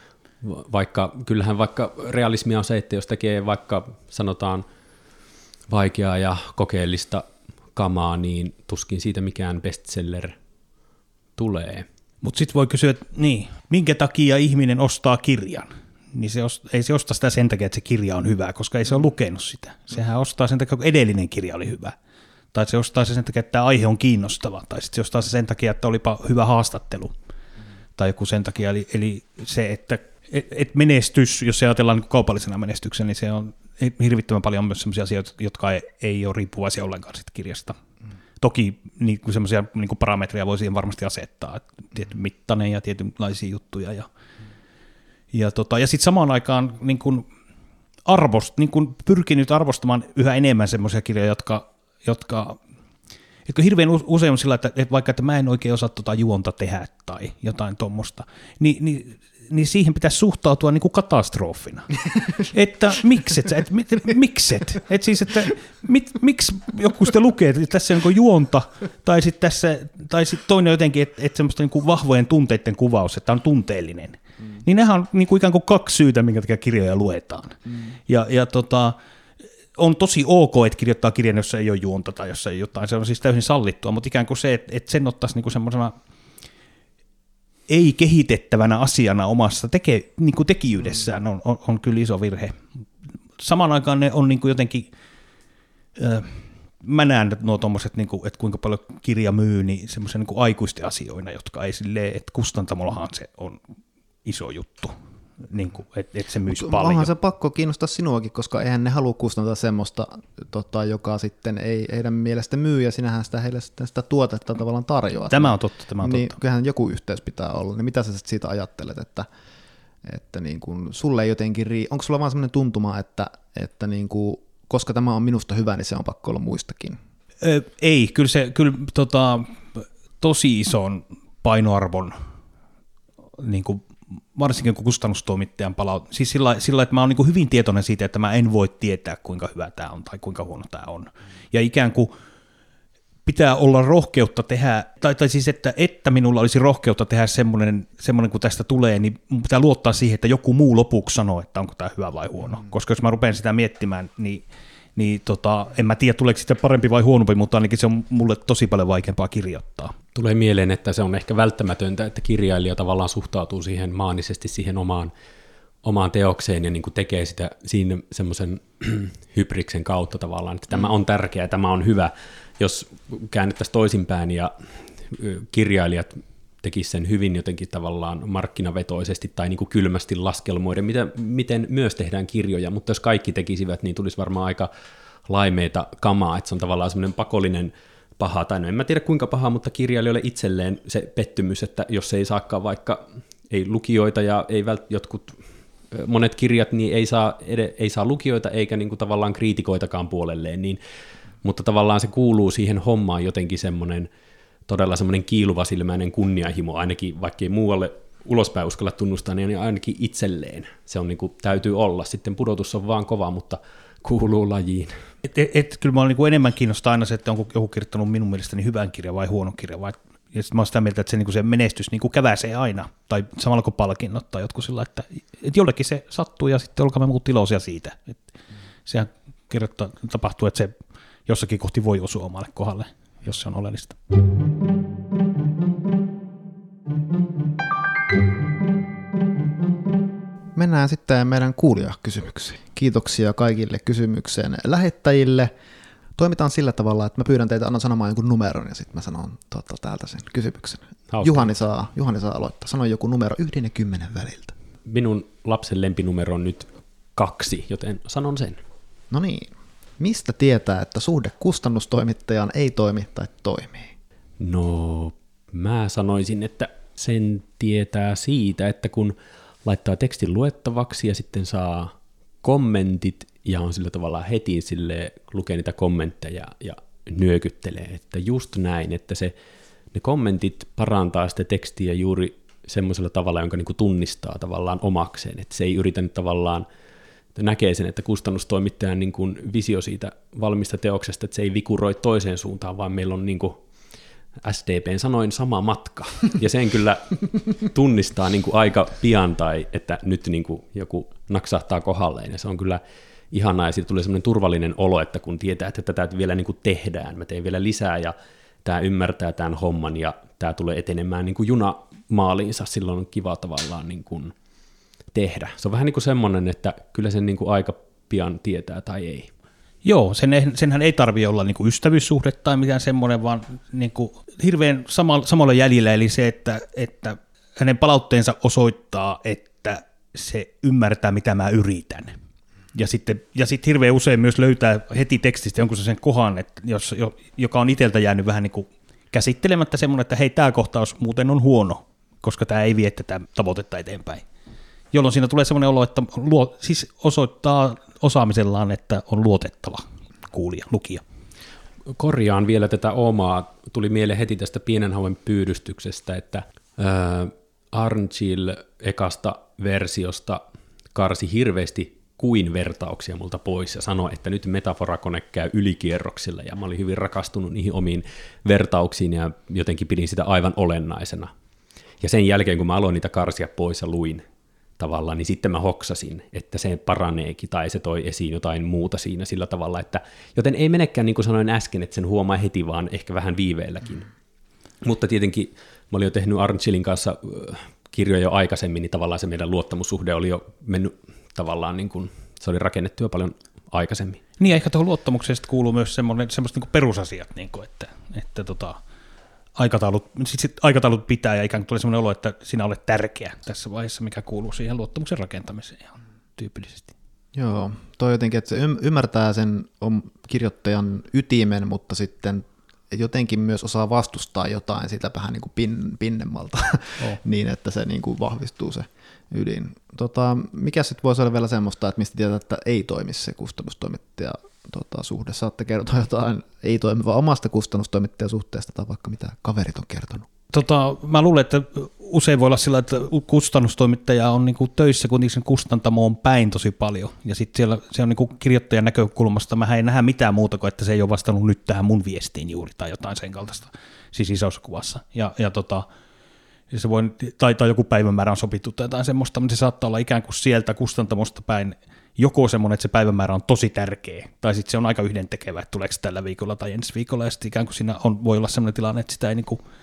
Kyllähän vaikka realismia on se, että jos tekee vaikka sanotaan vaikeaa ja kokeellista kamaa, niin tuskin siitä mikään bestseller tulee. Mutta sitten voi kysyä, että minkä takia ihminen ostaa kirjan? Niin ei se osta sitä sen takia, että se kirja on hyvä, koska ei se ole lukenut sitä. Sehän ostaa sen takia, kun edellinen kirja oli hyvä. Tai se ostaa se sen takia, että tämä aihe on kiinnostava. Tai sitten se ostaa se sen takia, että olipa hyvä haastattelu. Tai joku sen takia, eli se, että menestys, jos se ajatellaan niin kaupallisena menestyksenä, niin se on hirvittävän paljon myös sellaisia asioita, jotka ei ole riippuvaisia ollenkaan siitä kirjasta. Toki niin semmoisia niin parametreja voi siihen varmasti asettaa, tietyn mittainen ja tietynlaisia juttuja. Ja sitten samaan aikaan niin pyrkinyt arvostamaan yhä enemmän semmoisia kirjoja, jotka hirveän usein on sillä, että vaikka että mä en oikein osaa juonta tehdä tai jotain tuommoista, niin siihen pitäisi suhtautua niin kuin katastrofina. Että mikset? Että siis, että miksi joku sitten lukee, että tässä on niin juonta, tai sitten toinen jotenkin, että semmoista niin vahvojen tunteiden kuvaus, että on tunteellinen. Niin nehän on niin kuin ikään kuin kaksi syytä, minkä takia kirjoja luetaan. Ja on tosi ok, että kirjoittaa kirjan, jossa ei ole juonta tai jossa ei jotain. Se on siis täysin sallittua, mutta ikään kuin se, että sen ottaisi niin kuin semmoisena ei-kehitettävänä asiana omassa niin kuin tekijyydessään on kyllä iso virhe. Samaan aikaan ne on niin kuin jotenkin, mä näen nuo tommoset, niin kuin, että kuinka paljon kirja myy, niin semmoisen niin kuin aikuisten asioina, jotka ei silleen, että kustantamollahan se on iso juttu. Niin kuin, että se myisi paljon. Onhan se pakko kiinnostaa sinuakin, koska eihän ne halua kustantaa semmoista, joka sitten ei heidän mielestä myy, ja sinähän sitä heille sitten sitä tuotetta tavallaan tarjoaa. Tämä on totta, niin, kyllähän joku yhteys pitää olla. Niin mitä sä siitä ajattelet, että niin kuin sulle ei jotenkin onko sulla vaan semmoinen tuntuma, että niin kuin, koska tämä on minusta hyvä, niin se on pakko olla muistakin? Ei, kyllä tosi ison painoarvon niin kuin varsinkin kun kustannustoimittajan palaut. Siis sillä että mä oon niin hyvin tietoinen siitä, että mä en voi tietää, kuinka hyvä tämä on tai kuinka huono tämä on. Ja ikään kuin pitää olla rohkeutta tehdä, tai siis että minulla olisi rohkeutta tehdä semmoinen kun tästä tulee, niin mun pitää luottaa siihen, että joku muu lopuksi sanoo, että onko tämä hyvä vai huono. Koska jos mä rupean sitä miettimään, niin en mä tiedä, tuleeko sitä parempi vai huonompi, mutta ainakin se on mulle tosi paljon vaikeampaa kirjoittaa. Tulee mieleen, että se on ehkä välttämätöntä, että kirjailija tavallaan suhtautuu siihen maanisesti siihen omaan teokseen ja niin kuin tekee sitä siinä semmoisen hybriksen kautta tavallaan, että tämä on tärkeää, tämä on hyvä. Jos käännettäisiin toisinpäin ja kirjailijat tekisivät sen hyvin jotenkin tavallaan markkinavetoisesti tai niin kuin kylmästi laskelmoiden, miten myös tehdään kirjoja, mutta jos kaikki tekisivät, niin tulisi varmaan aika laimeita kamaa, että se on tavallaan semmoinen pakollinen paha, tai no en mä tiedä kuinka paha, mutta kirjailijoille itselleen se pettymys, että jos ei saakaan vaikka ei lukijoita ja monet kirjat niin ei saa lukijoita eikä niin kuin tavallaan kriitikoitakaan puolelleen, niin, mutta tavallaan se kuuluu siihen hommaan jotenkin todella semmoinen kiiluvasilmäinen kunnianhimo, ainakin vaikka ei muualle ulospäin uskalla tunnustaa, niin ainakin itselleen. Se on niin kuin, täytyy olla. Sitten pudotus on vaan kova, mutta kuuluu lajiin. Kyllä mä olen niin enemmän kiinnostaa aina se, että onko joku kirjoittanut minun mielestäni hyvän kirjan vai huonon kirjan. Ja sitten mä olen sitä mieltä, että se menestys niin kuin käväisee aina, tai samalla kuin palkinnot tai jotkut sillä, että jollekin se sattuu ja sitten olkaamme muut iloisia siitä. Sehän tapahtuu, että se jossakin kohti voi osua omalle kohdalle, jos se on oleellista. Mennään sitten meidän kuulijakysymyksiin. Kiitoksia kaikille kysymyksen lähettäjille. Toimitaan sillä tavalla, että mä pyydän teitä aina sanomaan jonkun numeron ja sitten mä sanon täältä sen kysymyksen. Juhani saa aloittaa. Sano joku numero 1 ja 10 väliltä. Minun lapsen lempinumero on nyt 2, joten sanon sen. No niin. Mistä tietää, että suhde kustannustoimittajaan ei toimi tai toimii? No, mä sanoisin, että sen tietää siitä, että kun laittaa tekstin luettavaksi ja sitten saa kommentit ja on sillä tavalla heti lukee niitä kommentteja ja nyökyttelee, että just näin, että ne kommentit parantaa sitä tekstiä juuri semmoisella tavalla, jonka niin kuin tunnistaa tavallaan omakseen, että se ei yritä nyt tavallaan, näkee sen, että kustannustoimittajan niin kuin visio siitä valmista teoksesta, että se ei vikuroi toiseen suuntaan, vaan meillä on niin kuin SDPn sanoin sama matka, ja sen kyllä tunnistaa niin kuin aika pian, tai että nyt niin kuin joku naksahtaa kohdalleen, ja se on kyllä ihanaa, ja siitä tulee semmoinen turvallinen olo, että kun tietää, että tätä vielä niin kuin tehdään, mä teen vielä lisää, ja tämä ymmärtää tämän homman ja tämä tulee etenemään niin kuin juna maaliinsa, silloin on kiva tavallaan niin kuin tehdä. Se on vähän niin kuin semmoinen, että kyllä sen niin kuin aika pian tietää tai ei. Joo, senhän ei tarvitse olla niin kuin ystävyyssuhde tai mitään semmoinen, vaan niin kuin hirveän samalla jäljellä, eli se, että hänen palautteensa osoittaa, että se ymmärtää, mitä mä yritän. Ja sitten hirveän usein myös löytää heti tekstistä jonkun sen kohan, että joka on itseltä jäänyt vähän niin kuin käsittelemättä semmoinen, että hei, tämä kohtaus muuten on huono, koska tämä ei vie tätä tavoitetta eteenpäin. Jolloin siinä tulee semmoinen olo, että siis osoittaa osaamisellaan, että on luotettava kuulija, lukija. Korjaan vielä tätä omaa. Tuli mieleen heti tästä pienen hauen pyydystyksestä, että Arnchill ekasta versiosta karsi hirveästi kuin-vertauksia multa pois ja sanoi, että nyt metaforakone käy ylikierroksilla, ja mä olin hyvin rakastunut niihin omiin vertauksiin ja jotenkin pidin sitä aivan olennaisena. Ja sen jälkeen, kun mä aloin niitä karsia pois ja luin tavallaan, niin sitten mä hoksasin, että se paraneekin tai se toi esiin jotain muuta siinä sillä tavalla, että joten ei menekään niin kuin sanoin äsken, että sen huomaa heti, vaan ehkä vähän viiveelläkin. Mutta tietenkin mä olin jo tehnyt Arnchillin kanssa kirjoja jo aikaisemmin, niin tavallaan se meidän luottamussuhde oli jo mennyt tavallaan, niin kuin, se oli rakennettu jo paljon aikaisemmin. Niin, ehkä tuohon luottamukseen kuuluu myös semmoiset niin perusasiat, niin kuin, että aikataulut pitää ja ikään kuin tulee semmoinen olo, että sinä olet tärkeä tässä vaiheessa, mikä kuuluu siihen luottamuksen rakentamiseen ihan tyypillisesti. Joo, toi jotenkin, että se ymmärtää sen kirjoittajan ytimen, mutta sitten jotenkin myös osaa vastustaa jotain sitä vähän niin kuin pinnemmalta, niin että se niin kuin vahvistuu se ydin. Mikä sitten voisi olla vielä semmoista, että mistä tietää, että ei toimi se kustannustoimittaja suhde? Saatte kertoa jotain ei toimivaa omasta kustannustoimittajasuhteesta tai vaikka mitä kaverit on kertonut. Mä luulen, että usein voi olla sillä, että kustannustoimittaja on niinku töissä, kun sen kustantamo on päin tosi paljon. Ja sitten siellä se on niinku kirjoittajan näkökulmasta, mä en nähdä mitään muuta kuin, että se ei ole vastannut nyt tähän mun viestiin juuri tai jotain sen kaltaista, siis isossa kuvassa. Se voi, tai joku päivämäärä on sopittu tai jotain semmoista, mutta se saattaa olla ikään kuin sieltä kustantamosta päin joko semmoinen, että se päivämäärä on tosi tärkeä, tai sitten se on aika yhdentekevä, että tuleeko se tällä viikolla tai ensi viikolla, ja sitten ikään kuin siinä voi olla semmoinen tilanne, että sitä ei,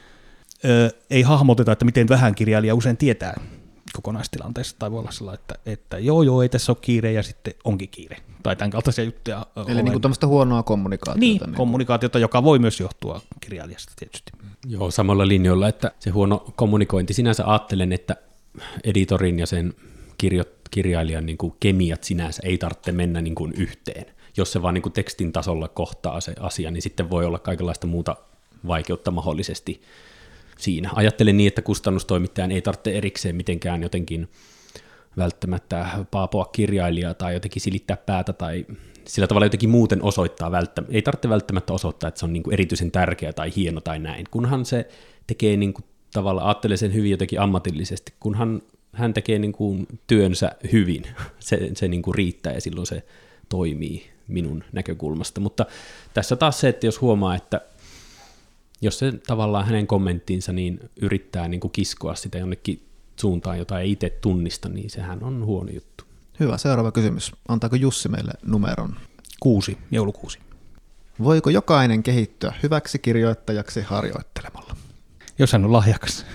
ei hahmoteta, että miten vähän kirjailija usein tietää kokonaistilanteessa, tai voi olla sellainen, että joo, ei tässä ole kiire, ja sitten onkin kiire, tai tämän kaltaisia juttuja. Eli niin kuin tämmöistä huonoa kommunikaatiota. Niin, kommunikaatiota, joka voi myös johtua kirjailijasta tietysti. Joo, samalla linjoilla, että se huono kommunikointi, sinänsä ajattelen, että editorin ja sen kirjailijan niin kuin kemiat sinänsä ei tarvitse mennä niin kuin yhteen. Jos se vaan niin kuin tekstin tasolla kohtaa se asia, niin sitten voi olla kaikenlaista muuta vaikeutta mahdollisesti siinä. Ajattelen niin, että kustannustoimittajan ei tarvitse erikseen mitenkään jotenkin välttämättä paapoa kirjailijaa tai jotenkin silittää päätä tai sillä tavalla jotenkin muuten osoittaa, ei tarvitse välttämättä osoittaa, että se on niin kuin erityisen tärkeä tai hieno tai näin, kunhan se tekee niin kuin tavallaan, ajattelee sen hyvin jotenkin ammatillisesti, kunhan hän tekee niin kuin työnsä hyvin, se niin kuin riittää ja silloin se toimii minun näkökulmasta, mutta tässä taas se, että jos huomaa, että jos se tavallaan hänen kommenttiinsa niin yrittää niin kuin kiskoa sitä jonnekin suuntaan, jota ei itse tunnista, niin sehän on huono juttu. Hyvä, seuraava kysymys. Antaako Jussi meille numeron? 6, joulukuusi. Voiko jokainen kehittyä hyväksi kirjoittajaksi harjoittelemalla? Jos hän on lahjakas.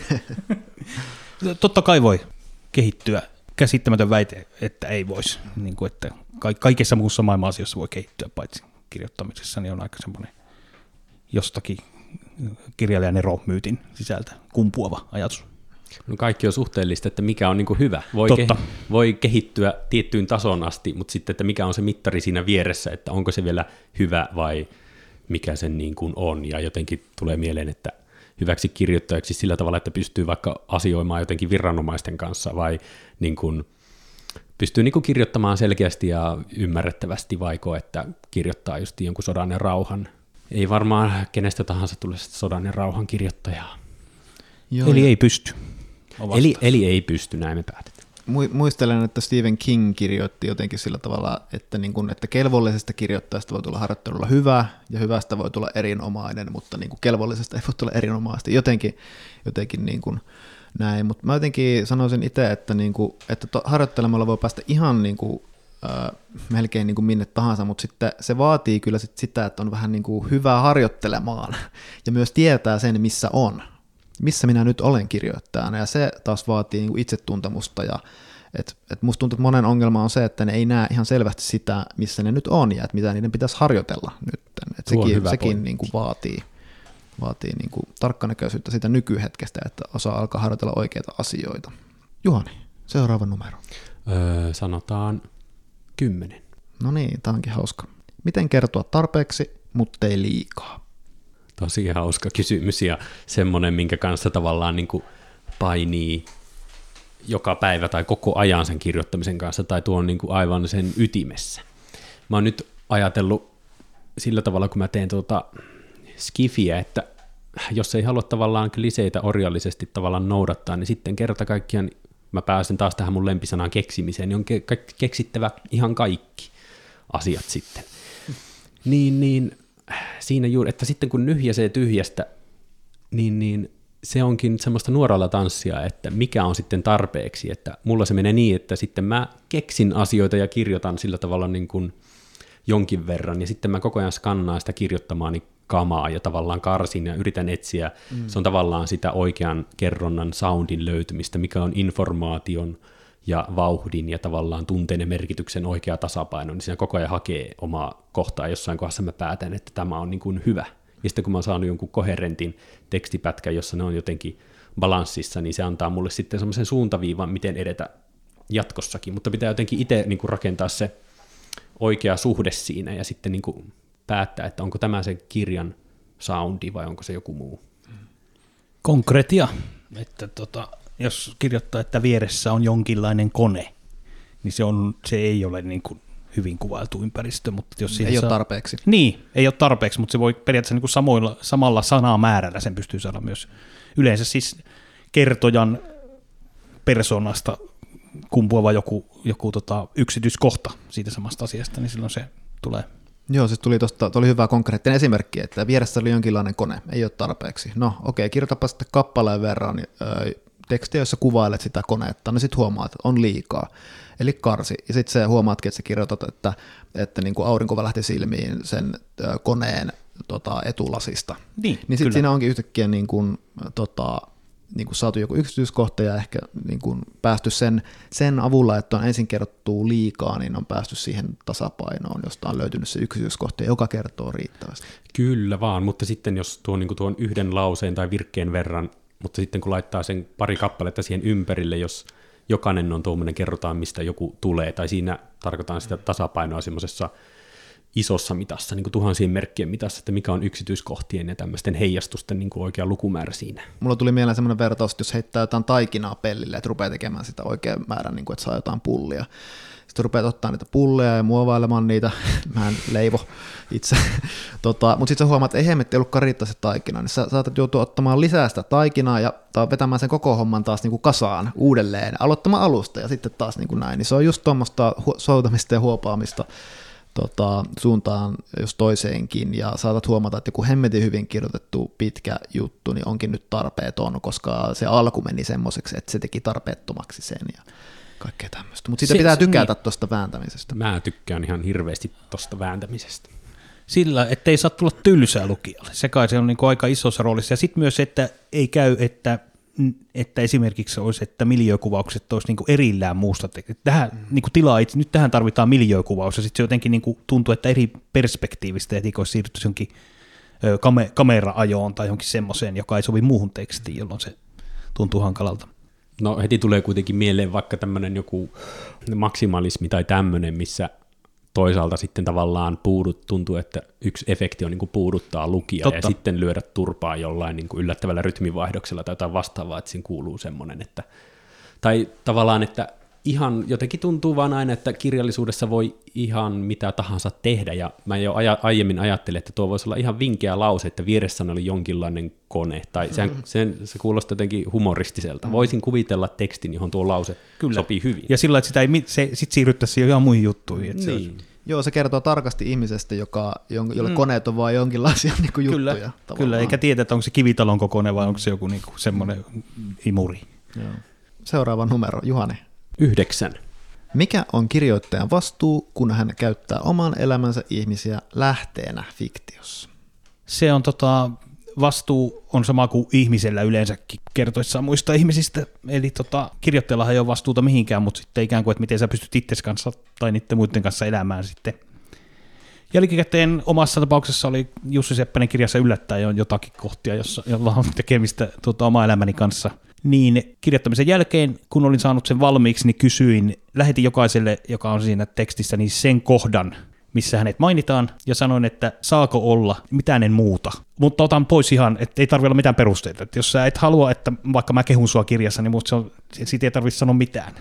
Totta kai voi kehittyä. Käsittämätön väite, että ei voisi. Niin kuin, että kaikessa muussa maailman asioissa voi kehittyä, paitsi kirjoittamisessa, niin on aika semmoinen jostakin kirjailijan eromyytin sisältä kumpuava ajatus. No kaikki on suhteellista, että mikä on niin kuin hyvä. Voi kehittyä tiettyyn tason asti, mutta sitten, että mikä on se mittari siinä vieressä, että onko se vielä hyvä vai mikä sen niin kuin on. Ja jotenkin tulee mieleen, että hyväksi kirjoittajaksi sillä tavalla, että pystyy vaikka asioimaan jotenkin viranomaisten kanssa vai niin kuin pystyy niin kuin kirjoittamaan selkeästi ja ymmärrettävästi, vaiko että kirjoittaa just jonkun sodan ja rauhan. Ei varmaan kenestä tahansa tule sodan ja rauhan kirjoittajaa. Joo, eli ei pysty. Eli ei pysty, näin me päätetään. Muistelen, että Stephen King kirjoitti jotenkin sillä tavalla, että, niin kuin, että kelvollisesta kirjoittajasta voi tulla harjoittelulla hyvä ja hyvästä voi tulla erinomainen, mutta niin kuin kelvollisesta ei voi tulla erinomaisesti. Jotenkin niin kuin näin, mutta mä jotenkin sanoisin itse, että, niin kuin, että harjoittelemalla voi päästä ihan niin kuin melkein niin kuin minne tahansa, mutta sitten se vaatii kyllä sitä, että on vähän niin kuin hyvää harjoittelemaan ja myös tietää sen, missä minä nyt olen kirjoittajana, ja se taas vaatii niin kuin itsetuntemusta, ja musta tuntuu, että monen ongelma on se, että ne ei näe ihan selvästi sitä, missä ne nyt on, ja että mitä niiden pitäisi harjoitella nyt. Sekin niin kuin vaatii niin kuin tarkkanäköisyyttä siitä nykyhetkestä, että osaa alkaa harjoitella oikeita asioita. Juhani, seuraava numero. Sanotaan 10. No niin, tämä onkin hauska. Miten kertoa tarpeeksi, mutta ei liikaa? Tosi hauska kysymys ja semmoinen, minkä kanssa tavallaan niin kuin painii joka päivä tai koko ajan sen kirjoittamisen kanssa, tai tuo on niin kuin aivan sen ytimessä. Mä oon nyt ajatellut sillä tavalla, kun mä teen skifiä, että jos ei halua tavallaan kliseitä orjallisesti tavallaan noudattaa, niin sitten kerta kaikkiaan mä pääsen taas tähän mun lempisanaan keksimiseen, niin on keksittävä ihan kaikki asiat sitten. Niin siinä juuri, että sitten kun nyhjäsee tyhjästä, niin se onkin semmoista nuoralla tanssia, että mikä on sitten tarpeeksi, että mulla se menee niin, että sitten mä keksin asioita ja kirjoitan sillä tavalla niin kuin jonkin verran, ja sitten mä koko ajan skannaan sitä kirjoittamaani kamaa ja tavallaan karsin ja yritän etsiä, se on tavallaan sitä oikean kerronnan soundin löytymistä, mikä on informaation ja vauhdin ja tavallaan tunteen ja merkityksen oikea tasapaino, niin siinä koko ajan hakee omaa kohtaa, jossain kohdassa mä päätän, että tämä on niin kuin hyvä. Ja sitten kun mä oon saanut jonkun koherentin tekstipätkän, jossa ne on jotenkin balanssissa, niin se antaa mulle sitten semmoisen suuntaviivan, miten edetä jatkossakin, mutta pitää jotenkin itse niin kuin rakentaa se oikea suhde siinä ja sitten niin kuin päättää, että onko tämä se kirjan soundi vai onko se joku muu. Konkretia, että jos kirjoittaa, että vieressä on jonkinlainen kone, niin se ei ole niin kuin hyvin kuvailtu ympäristö. Mutta jos ei ole tarpeeksi. Niin, ei ole tarpeeksi, mutta se voi periaatteessa niin kuin samalla sanamäärällä sen pystyy saada myös yleensä siis kertojan persoonasta kumpuava joku yksityiskohta siitä samasta asiasta, niin silloin se tulee. Joo, siis oli hyvä konkreettinen esimerkki, että vieressä oli jonkinlainen kone, ei ole tarpeeksi. No okei, kirjoitapa sitten kappaleen verran tekstiä, jossa kuvailet sitä konetta, niin sitten huomaat, että on liikaa, eli karsi. Ja sitten se huomaatkin, että sä kirjoitat, että niin kuin aurinko välähti silmiin sen etulasista. Niin sitten siinä onkin yhtäkkiä niin kuin saatu joku yksityiskohta ja ehkä niin kuin päästy sen avulla, että on ensin kerrottu liikaa, niin on päästy siihen tasapainoon, josta on löytynyt se yksityiskohta, joka kertoo riittävästi. Kyllä vaan, mutta sitten jos tuon yhden lauseen tai virkkeen verran, mutta sitten kun laittaa sen pari kappaletta siihen ympärille, jos jokainen on tuommoinen, kerrotaan mistä joku tulee, tai siinä tarkoitaan sitä tasapainoa semmoisessa isossa mitassa, niin kuin tuhansien merkkien mitassa, että mikä on yksityiskohtien ja tämmöisten heijastusten niin kuin oikea lukumäärä siinä. Mulla tuli mieleen semmoinen vertaus, että jos heittää jotain taikinaa pellille, että rupeaa tekemään sitä oikean määrän, niin kuin, että saa jotain pullia. Sitten rupeat ottaa niitä pulleja ja muovailemaan niitä, mä en leivo itse, mutta sitten sä huomaat, että ei hemmetti ollutkaan riittävästi taikinaa, niin sä saatat joutua ottamaan lisää sitä taikinaa ja vetämään sen koko homman taas niin kuin kasaan uudelleen, aloittamaan alusta ja sitten taas niin kuin näin, niin se on just tuommoista soutamista ja huopaamista suuntaan jos toiseenkin, ja saatat huomata, että joku hemmetin hyvin kirjoitettu pitkä juttu niin onkin nyt tarpeeton, koska se alku meni semmoiseksi, että se teki tarpeettomaksi sen ja kaikkea tämmöistä. Mutta siitä pitää tykätä tuosta vääntämisestä. Mä tykkään ihan hirveästi tuosta vääntämisestä. Sillä, ettei saa tulla tylsää lukijalle. Se kai se on niin kuin aika isossa roolissa. Ja sitten myös, että ei käy, että esimerkiksi olisi, että miljöökuvaukset olisi niin kuin erillään muusta. Tähän niin kuin nyt tähän tarvitaan miljöökuvaus, ja sitten se jotenkin niin kuin tuntuu, että eri perspektiivistä, että olisi siirrytty jonkin kamera-ajoon tai johonkin semmoiseen, joka ei sovi muuhun tekstiin, jolloin se tuntuu hankalalta. No heti tulee kuitenkin mieleen vaikka tämmöinen joku maksimalismi tai tämmöinen, missä toisaalta sitten tavallaan tuntuu, että yksi efekti on niin kuin puuduttaa lukijaa ja sitten lyödä turpaa jollain niin kuin yllättävällä rytmivaihdoksella tai jotain vastaavaa, että siinä kuuluu semmoinen, että tai tavallaan, että ihan jotenkin tuntuu vaan aina, että kirjallisuudessa voi ihan mitä tahansa tehdä, ja mä jo aiemmin ajattelin, että tuo voisi olla ihan vinkeä lause, että vieressä oli jonkinlainen kone, tai se kuulostaa jotenkin humoristiselta. Voisin kuvitella tekstin, johon tuo lause sopii hyvin. Ja sillä, että sitä ei sit siirryttäisiin ihan muihin juttuihin. Niin. Joo, se kertoo tarkasti ihmisestä, jolle koneet on vain jonkinlaisia niin kuin juttuja. Kyllä, eikä tiedä, että onko se kivitalon kokoinen vai onko se joku niin semmoinen imuri. Joo. Seuraava numero, Juhani. 9. Mikä on kirjoittajan vastuu, kun hän käyttää oman elämänsä ihmisiä lähteenä fiktiossa? Se on vastuu on sama kuin ihmisellä yleensäkin kertoissaan muista ihmisistä, eli kirjoittajallahan ei ole vastuuta mihinkään, mutta sitten ikään kuin, että miten sä pystyt itsesi kanssa tai niiden muiden kanssa elämään sitten. Jälkikäteen omassa tapauksessa oli Jussi Seppänen kirjassa yllättäen jo jotakin kohtia, jolla on tekemistä oma elämäni kanssa. Niin kirjoittamisen jälkeen, kun olin saanut sen valmiiksi, niin lähetin jokaiselle, joka on siinä tekstissä, niin sen kohdan, missä hänet mainitaan, ja sanoin, että saako olla, mitään en muuta. Mutta otan pois ihan, että ei tarvitse olla mitään perusteita. Että jos sä et halua, että vaikka mä kehun sua kirjassa, niin siitä ei tarvitse sanoa mitään.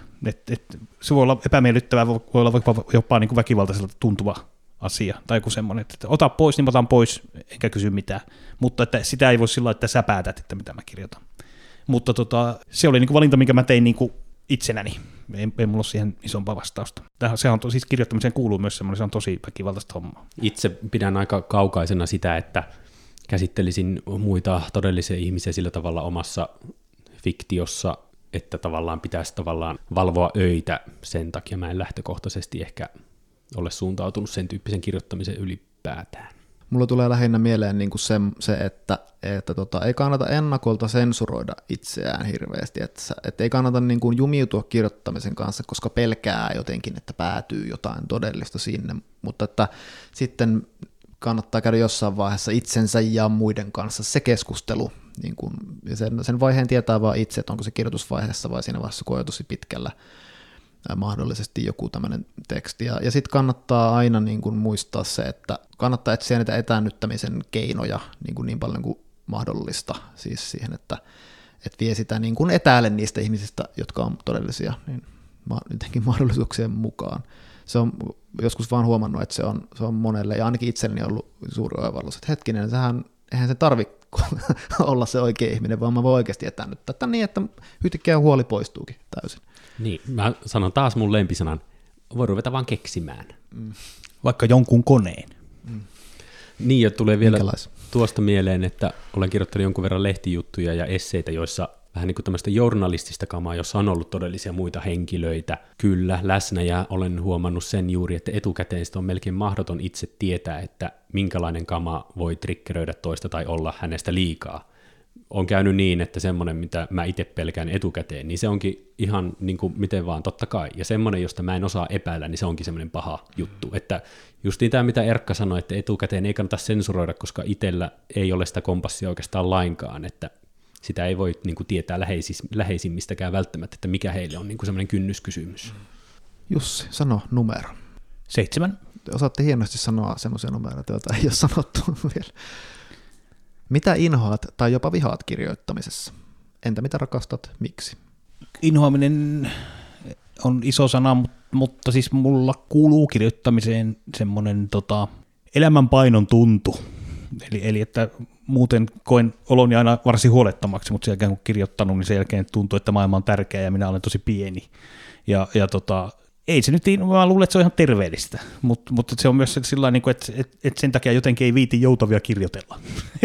Se voi olla epämiellyttävää, voi olla jopa niin kuin väkivaltaiselta tuntuva asia, tai joku semmoinen, että ota pois, niin otan pois, enkä kysy mitään. Mutta että sitä ei voi sillä, että sä päätät, että mitä mä kirjoitan. Mutta se oli niin kuin valinta, minkä mä tein niin kuin itsenäni. Ei mulla ole siihen isompaa vastausta. Sehän on siis kirjoittamiseen kuuluu myös semmoinen, se on tosi väkivaltaista hommaa. Itse pidän aika kaukaisena sitä, että käsittelisin muita todellisia ihmisiä sillä tavalla omassa fiktiossa, että tavallaan pitäisi valvoa öitä. Sen takia mä en lähtökohtaisesti ehkä ole suuntautunut sen tyyppisen kirjoittamisen ylipäätään. Mulla tulee lähinnä mieleen niin kuin se että ei kannata ennakolta sensuroida itseään hirveästi, että ei kannata niin kuin jumiutua kirjoittamisen kanssa, koska pelkää jotenkin, että päätyy jotain todellista sinne, mutta että sitten kannattaa käydä jossain vaiheessa itsensä ja muiden kanssa se keskustelu, niin kuin, ja sen vaiheen tietää vaan itse, että onko se kirjoitusvaiheessa vai siinä vaiheessa, kun on jo tosi pitkällä mahdollisesti joku tämmöinen teksti. Ja sitten kannattaa aina niin kuin muistaa se, että kannattaa etsiä niitä etäännyttämisen keinoja niin paljon kuin mahdollista, siis siihen, että vie sitä niin kuin etäälle niistä ihmisistä, jotka on todellisia, niin jotenkin mahdollisuuksien mukaan. Se on joskus vaan huomannut, että se on monelle, ja ainakin itselleni on ollut suuri oivallus, että hetkinen, eihän se tarvitse olla se oikea ihminen, vaan mä voin oikeasti etäännyttää. Niin, että yhtäkkiä huoli poistuukin täysin. Niin, mä sanon taas mun lempisanan, voi ruveta vaan keksimään. Vaikka jonkun koneen. Niin, ja tulee vielä tuosta mieleen, että olen kirjoittanut jonkun verran lehtijuttuja ja esseitä, joissa vähän niin kuin tämmöistä journalistista kamaa, jossa on ollut todellisia muita henkilöitä kyllä läsnä, ja olen huomannut sen juuri, että etukäteen on melkein mahdoton itse tietää, että minkälainen kama voi triggeröidä toista tai olla hänestä liikaa. On käynyt niin, että semmoinen, mitä mä itse pelkään etukäteen, niin se onkin ihan niin kuin miten vaan, totta kai. Ja semmoinen, josta mä en osaa epäillä, niin se onkin semmoinen paha juttu. Että justiin tämä, mitä Erkka sanoi, että etukäteen ei kannata sensuroida, koska itsellä ei ole sitä kompassia oikeastaan lainkaan, että sitä ei voi niin kuin tietää läheisimmistäkään välttämättä, että mikä heille on niin kuin semmoinen kynnyskysymys. Jussi, sano numero. 7. Osaatte hienosti sanoa semmoisia numeroita, joita ei ole sanottu vielä. Mitä inhoat tai jopa vihaat kirjoittamisessa? Entä mitä rakastat? Miksi? Inhoaminen on iso sana, mutta siis mulla kuuluu kirjoittamiseen semmoinen elämän painon tuntu. Eli että muuten koen oloni aina varsin huolettomaksi, mutta sen jälkeen kun kirjoittanut, niin sen jälkeen tuntuu, että maailma on tärkeä ja minä olen tosi pieni. Ja ei se nyt, mä luulen, että se on ihan terveellistä, mutta se on myös sillä tavalla, että sen takia jotenkin ei viiti joutavia kirjoitella.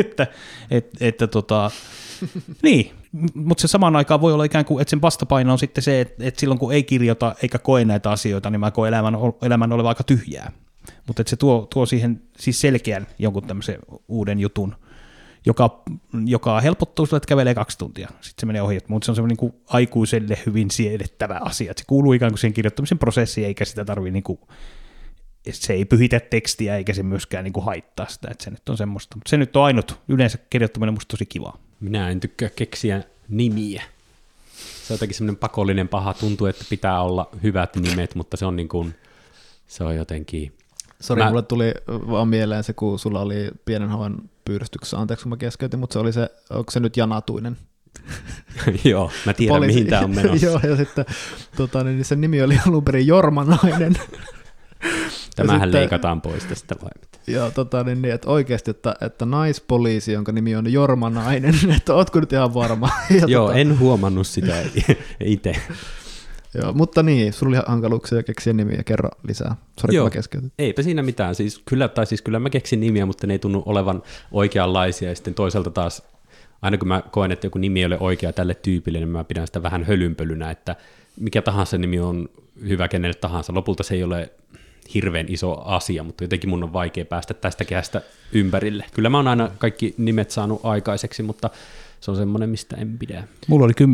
Niin, mutta se samaan aikaan voi olla ikään kuin, että sen vastapaino on sitten se, että silloin kun ei kirjoita eikä koe näitä asioita, niin mä koen elämän olevan aika tyhjää. Mutta että se tuo siihen siis selkeän jonkun tämmöisen uuden jutun, joka helpottuu sillä, että kävelee 2 tuntia. Sitten se menee ohi, mutta se on semmoinen niin aikuiselle hyvin siedettävä asia. Että se kuuluu ikään kuin siihen kirjoittamisen prosessiin, eikä sitä tarvitse, niin se ei pyhitä tekstiä, eikä se myöskään niin haittaa sitä. Että se nyt on semmoista. Mutta se nyt on ainut. Yleensä kirjoittaminen musta tosi kivaa. Minä en tykkää keksiä nimiä. Se on jotenkin semmoinen pakollinen paha. Tuntuu, että pitää olla hyvät nimet, mutta se on, niin kuin, se on jotenkin... Sori, mulle tuli vaan mieleen se, kun sulla oli pienen hauen pyydystyksessä, anteeksi kun mä keskeytin, mutta se oli se, onko se nyt Janatuinen? Joo, mä tiedän mihin tää on menossa. Joo, ja sitten niin sen nimi oli alun perin Jormanainen. Tämähän sitten leikataan pois tästä vai mitä? Joo, niin, että oikeasti, että naispoliisi, jonka nimi on Jormanainen, että ootko nyt ihan varma? Ja joo, en huomannut sitä itse. Joo, mutta niin, sulla oli hankaluuksia keksiä nimiä, kerro lisää. Sori, kun mä keskeytin. Eipä siinä mitään, kyllä mä keksin nimiä, mutta ne ei tunnu olevan oikeanlaisia, ja sitten toisaalta taas, aina kun mä koen, että joku nimi ei ole oikea tälle tyypille, niin mä pidän sitä vähän hölynpölynä, että mikä tahansa nimi on hyvä kenelle tahansa. Lopulta se ei ole hirveän iso asia, mutta jotenkin mun on vaikea päästä tästä kehästä ympärille. Kyllä mä oon aina kaikki nimet saanut aikaiseksi, mutta se on semmoinen, mistä en pidä. Mulla oli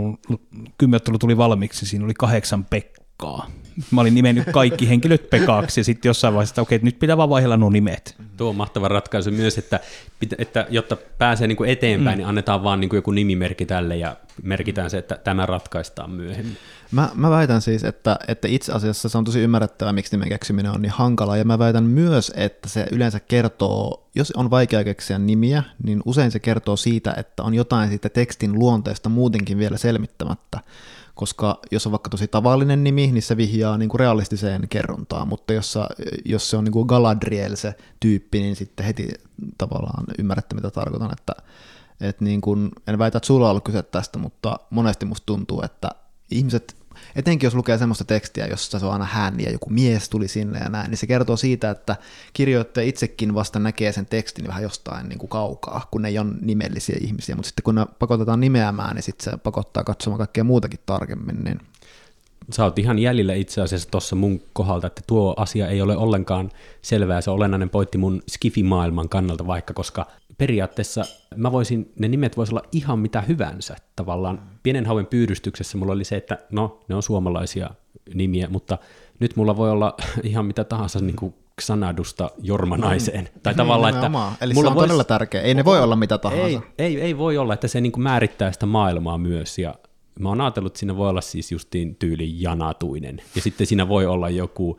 10 ottelu tuli valmiiksi, siinä oli 8 Pekkaa. Mä olin nimennyt kaikki henkilöt Pekaksi, ja sitten jossain vaiheessa, että okei, nyt pitää vaan vaihdella nuo nimet. Tuo on mahtava ratkaisu myös, että jotta pääsee niin kuin eteenpäin, niin annetaan vaan niin kuin joku nimimerkki tälle, ja merkitään se, että tämä ratkaistaan myöhemmin. Mä väitän siis, että itse asiassa se on tosi ymmärrettävää, miksi nimen keksiminen on niin hankalaa, ja mä väitän myös, että se yleensä kertoo, jos on vaikea keksiä nimiä, niin usein se kertoo siitä, että on jotain siitä tekstin luonteesta muutenkin vielä selmittämättä, koska jos on vaikka tosi tavallinen nimi, niin se vihjaa niin kuin realistiseen kerrontaan, mutta jos se on niin kuin Galadriel se tyyppi, niin sitten heti tavallaan ymmärrätte, mitä tarkoitan, että niin kuin, en väitä, että sulla on ollut kyse tästä, mutta monesti musta tuntuu, että ihmiset, etenkin jos lukee semmoista tekstiä, jossa se on aina hän ja joku mies tuli sinne ja näin, niin se kertoo siitä, että kirjoittaja itsekin vasta näkee sen tekstin vähän jostain niin kuin kaukaa, kun ne ei ole nimellisiä ihmisiä, mutta sitten kun ne pakotetaan nimeämään, niin sitten se pakottaa katsomaan kaikkea muutakin tarkemmin. Niin. Sä oot ihan jäljellä itse asiassa tuossa mun kohdalta, että tuo asia ei ole ollenkaan selvää, se on olennainen pointti mun skifimaailman kannalta vaikka, koska periaatteessa ne nimet voisi olla ihan mitä hyvänsä tavallaan. Pienen hauen pyydystyksessä mulla oli se, että no, ne on suomalaisia nimiä, mutta nyt mulla voi olla ihan mitä tahansa niin kuin Xanadusta Jormanaiseen. Tai tavallaan, että eli mulla se on todella tärkeä. Ei ne voi olla mitä tahansa. Ei voi olla, että se niin kuin määrittää sitä maailmaa myös, ja mä oon ajatellut, että siinä voi olla siis justiin tyyli Janatuinen, ja sitten siinä voi olla joku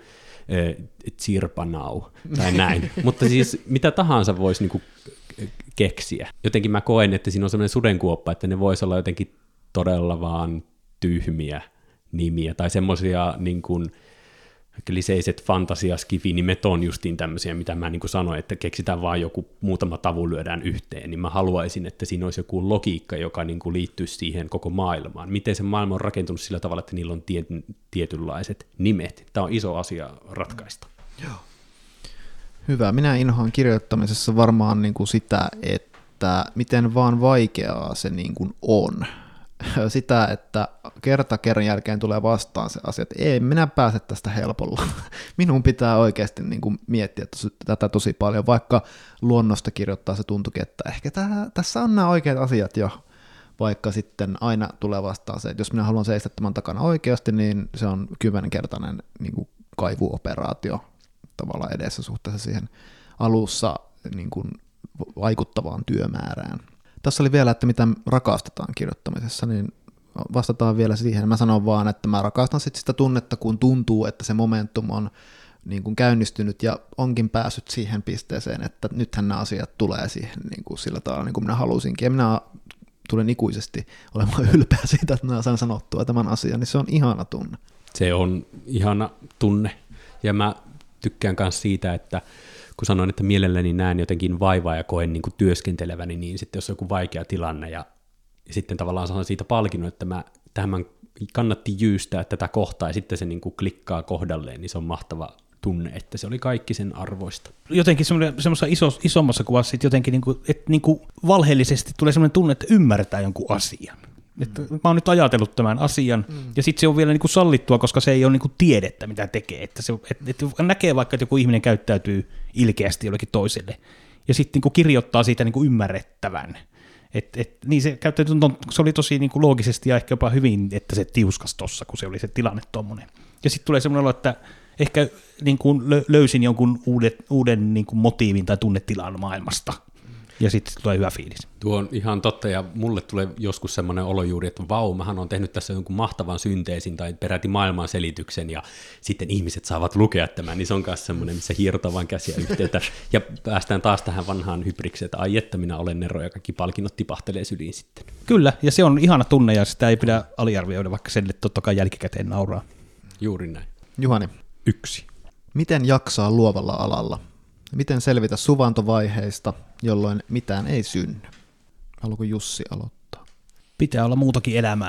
Tsirpanau, tai näin. Mutta siis mitä tahansa voisi niinku keksiä. Jotenkin mä koen, että siinä on sellainen sudenkuoppa, että ne voisi olla jotenkin todella vaan tyhmiä nimiä, tai semmoisia niin kuin kliseiset fantasia-skifi-nimet on justiin tämmöisiä, mitä mä niin kuin sanoin, että keksitään vaan joku muutama tavu lyödään yhteen, niin mä haluaisin, että siinä olisi joku logiikka, joka niin kuin liittyy siihen koko maailmaan. Miten se maailma on rakentunut sillä tavalla, että niillä on tietynlaiset nimet. Tämä on iso asia ratkaista. Joo. Hyvä. Minä inhoan kirjoittamisessa varmaan niin kuin sitä, että miten vaan vaikeaa se niin kuin on. Sitä, että kerran jälkeen tulee vastaan se asia, että ei minä pääse tästä helpolla. Minun pitää oikeasti niin kuin miettiä tätä tosi paljon, vaikka luonnosta kirjoittaa se tuntukin, että ehkä tässä on nämä oikeat asiat jo, vaikka sitten aina tulee vastaan se, että jos minä haluan seistä tämän takana oikeasti, niin se on 10-kertainen niin kuin kaivuoperaatio tavallaan edessä suhteessa siihen alussa niin kuin vaikuttavaan työmäärään. Tässä oli vielä, että mitä rakastetaan kirjoittamisessa, niin vastataan vielä siihen. Mä sanon vaan, että mä rakastan sit sitä tunnetta, kun tuntuu, että se momentum on niin kuin käynnistynyt ja onkin päässyt siihen pisteeseen, että nythän nämä asiat tulee siihen niin kuin sillä tavalla, niin kuin minä halusinkin. Ja minä tulen ikuisesti olemaan ylpeä siitä, että minä saan sanottua tämän asian, niin se on ihana tunne. Se on ihana tunne. Ja mä tykkään myös siitä, että kun sanoin, että mielelläni näen jotenkin vaivaa ja koen niin kuin työskenteleväni, niin sitten jos on joku vaikea tilanne ja sitten tavallaan saan siitä palkinnon, että tähän kannatti jyystää tätä kohtaa ja sitten se niin kuin klikkaa kohdalleen, niin se on mahtava tunne, että se oli kaikki sen arvoista. Jotenkin semmoisessa isommassa kuvassa sitten jotenkin, että valheellisesti tulee semmoinen tunne, että ymmärtää jonkun asian. Että mä oon nyt ajatellut tämän asian, ja sitten se on vielä niinku sallittua, koska se ei ole niinku tiedettä, mitä tekee. Että näkee vaikka, että joku ihminen käyttäytyy ilkeästi jollekin toiselle, ja sitten niinku kirjoittaa siitä niinku ymmärrettävän. Niin se oli tosi niinku loogisesti ja ehkä jopa hyvin, että se tiuskas tossa, kun se oli se tilanne tommonen. Ja sitten tulee semmoinen olo, että ehkä niinku löysin jonkun uuden niinku motiivin tai tunnetilan maailmasta. Ja sitten tulee hyvä fiilis. Tuo on ihan totta, ja mulle tulee joskus semmoinen olo juuri, että vau, mähän on tehnyt tässä jonkun mahtavan synteesin tai peräti maailman selityksen, ja sitten ihmiset saavat lukea tämän, niin se on myös semmoinen, missä hierotaan vaan käsiä yhteyttä. Ja päästään taas tähän vanhaan hybrikseen, että ai että minä olen Nero, ja kaikki palkinnot tipahtelee syliin sitten. Kyllä, ja se on ihana tunne, ja sitä ei pidä aliarvioida, vaikka sen totta kai jälkikäteen nauraa. Juuri näin. Juhani. 1. Miten jaksaa luovalla alalla? Miten selvitä suvantovaiheista, jolloin mitään ei synny? Haluatko Jussi aloittaa? Pitää olla muutakin elämää.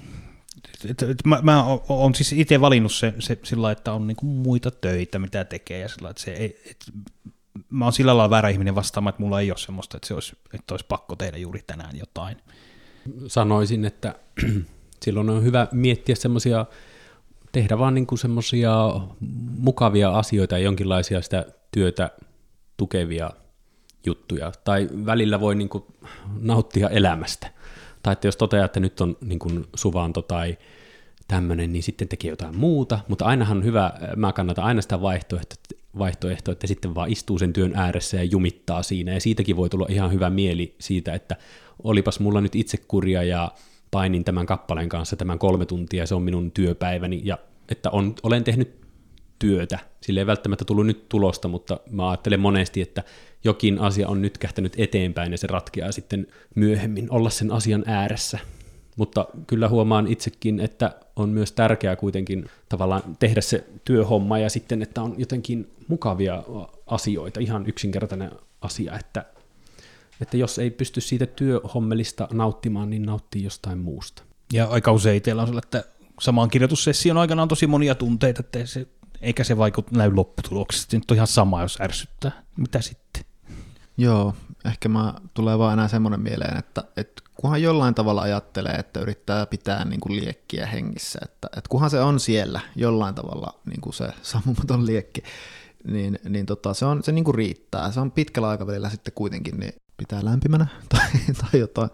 Mä oon siis itse valinnut se sillä, että on niinku muita töitä, mitä tekee. Ja sillä, että mä oon sillä lailla väärä ihminen vastaamaan, että mulla ei ole semmoista, että olisi pakko tehdä juuri tänään jotain. Sanoisin, että Silloin on hyvä miettiä semmoisia, tehdä vaan niin kuin semmoisia mukavia asioita ja jonkinlaisia sitä työtä tukevia juttuja. Tai välillä voi niin kuin nauttia elämästä. Tai että jos toteaa, että nyt on niin kuin suvanto tai tämmöinen, niin sitten tekee jotain muuta. Mutta ainahan on hyvä, mä kannatan aina sitä vaihtoehtoa, että sitten vaan istuu sen työn ääressä ja jumittaa siinä. Ja siitäkin voi tulla ihan hyvä mieli siitä, että olipas mulla nyt itsekuria ja painin tämän kappaleen kanssa tämän 3 tuntia, se on minun työpäiväni, ja että olen tehnyt työtä. Sille ei välttämättä tullut nyt tulosta, mutta mä ajattelen monesti, että jokin asia on nyt kähtänyt eteenpäin, ja se ratkeaa sitten myöhemmin olla sen asian ääressä. Mutta kyllä huomaan itsekin, että on myös tärkeää kuitenkin tavallaan tehdä se työhomma, ja sitten, että on jotenkin mukavia asioita, ihan yksinkertainen asia, että jos ei pysty siitä työhommelista nauttimaan, niin nauttii jostain muusta. Ja aika usein itsellä on sellainen, että samaan kirjoitussession aikana on tosi monia tunteita, että eikä se näy lopputuloksesta. Nyt on ihan sama, jos ärsyttää. Mitä sitten? Joo, ehkä tulee vaan enää semmoinen mieleen, että kunhan jollain tavalla ajattelee, että yrittää pitää niin kuin liekkiä hengissä, että kunhan se on siellä jollain tavalla niin kuin se sammumaton liekki, niin se niin kuin riittää. Se on pitkällä aikavälillä sitten kuitenkin, niin pitää lämpimänä tai jotain,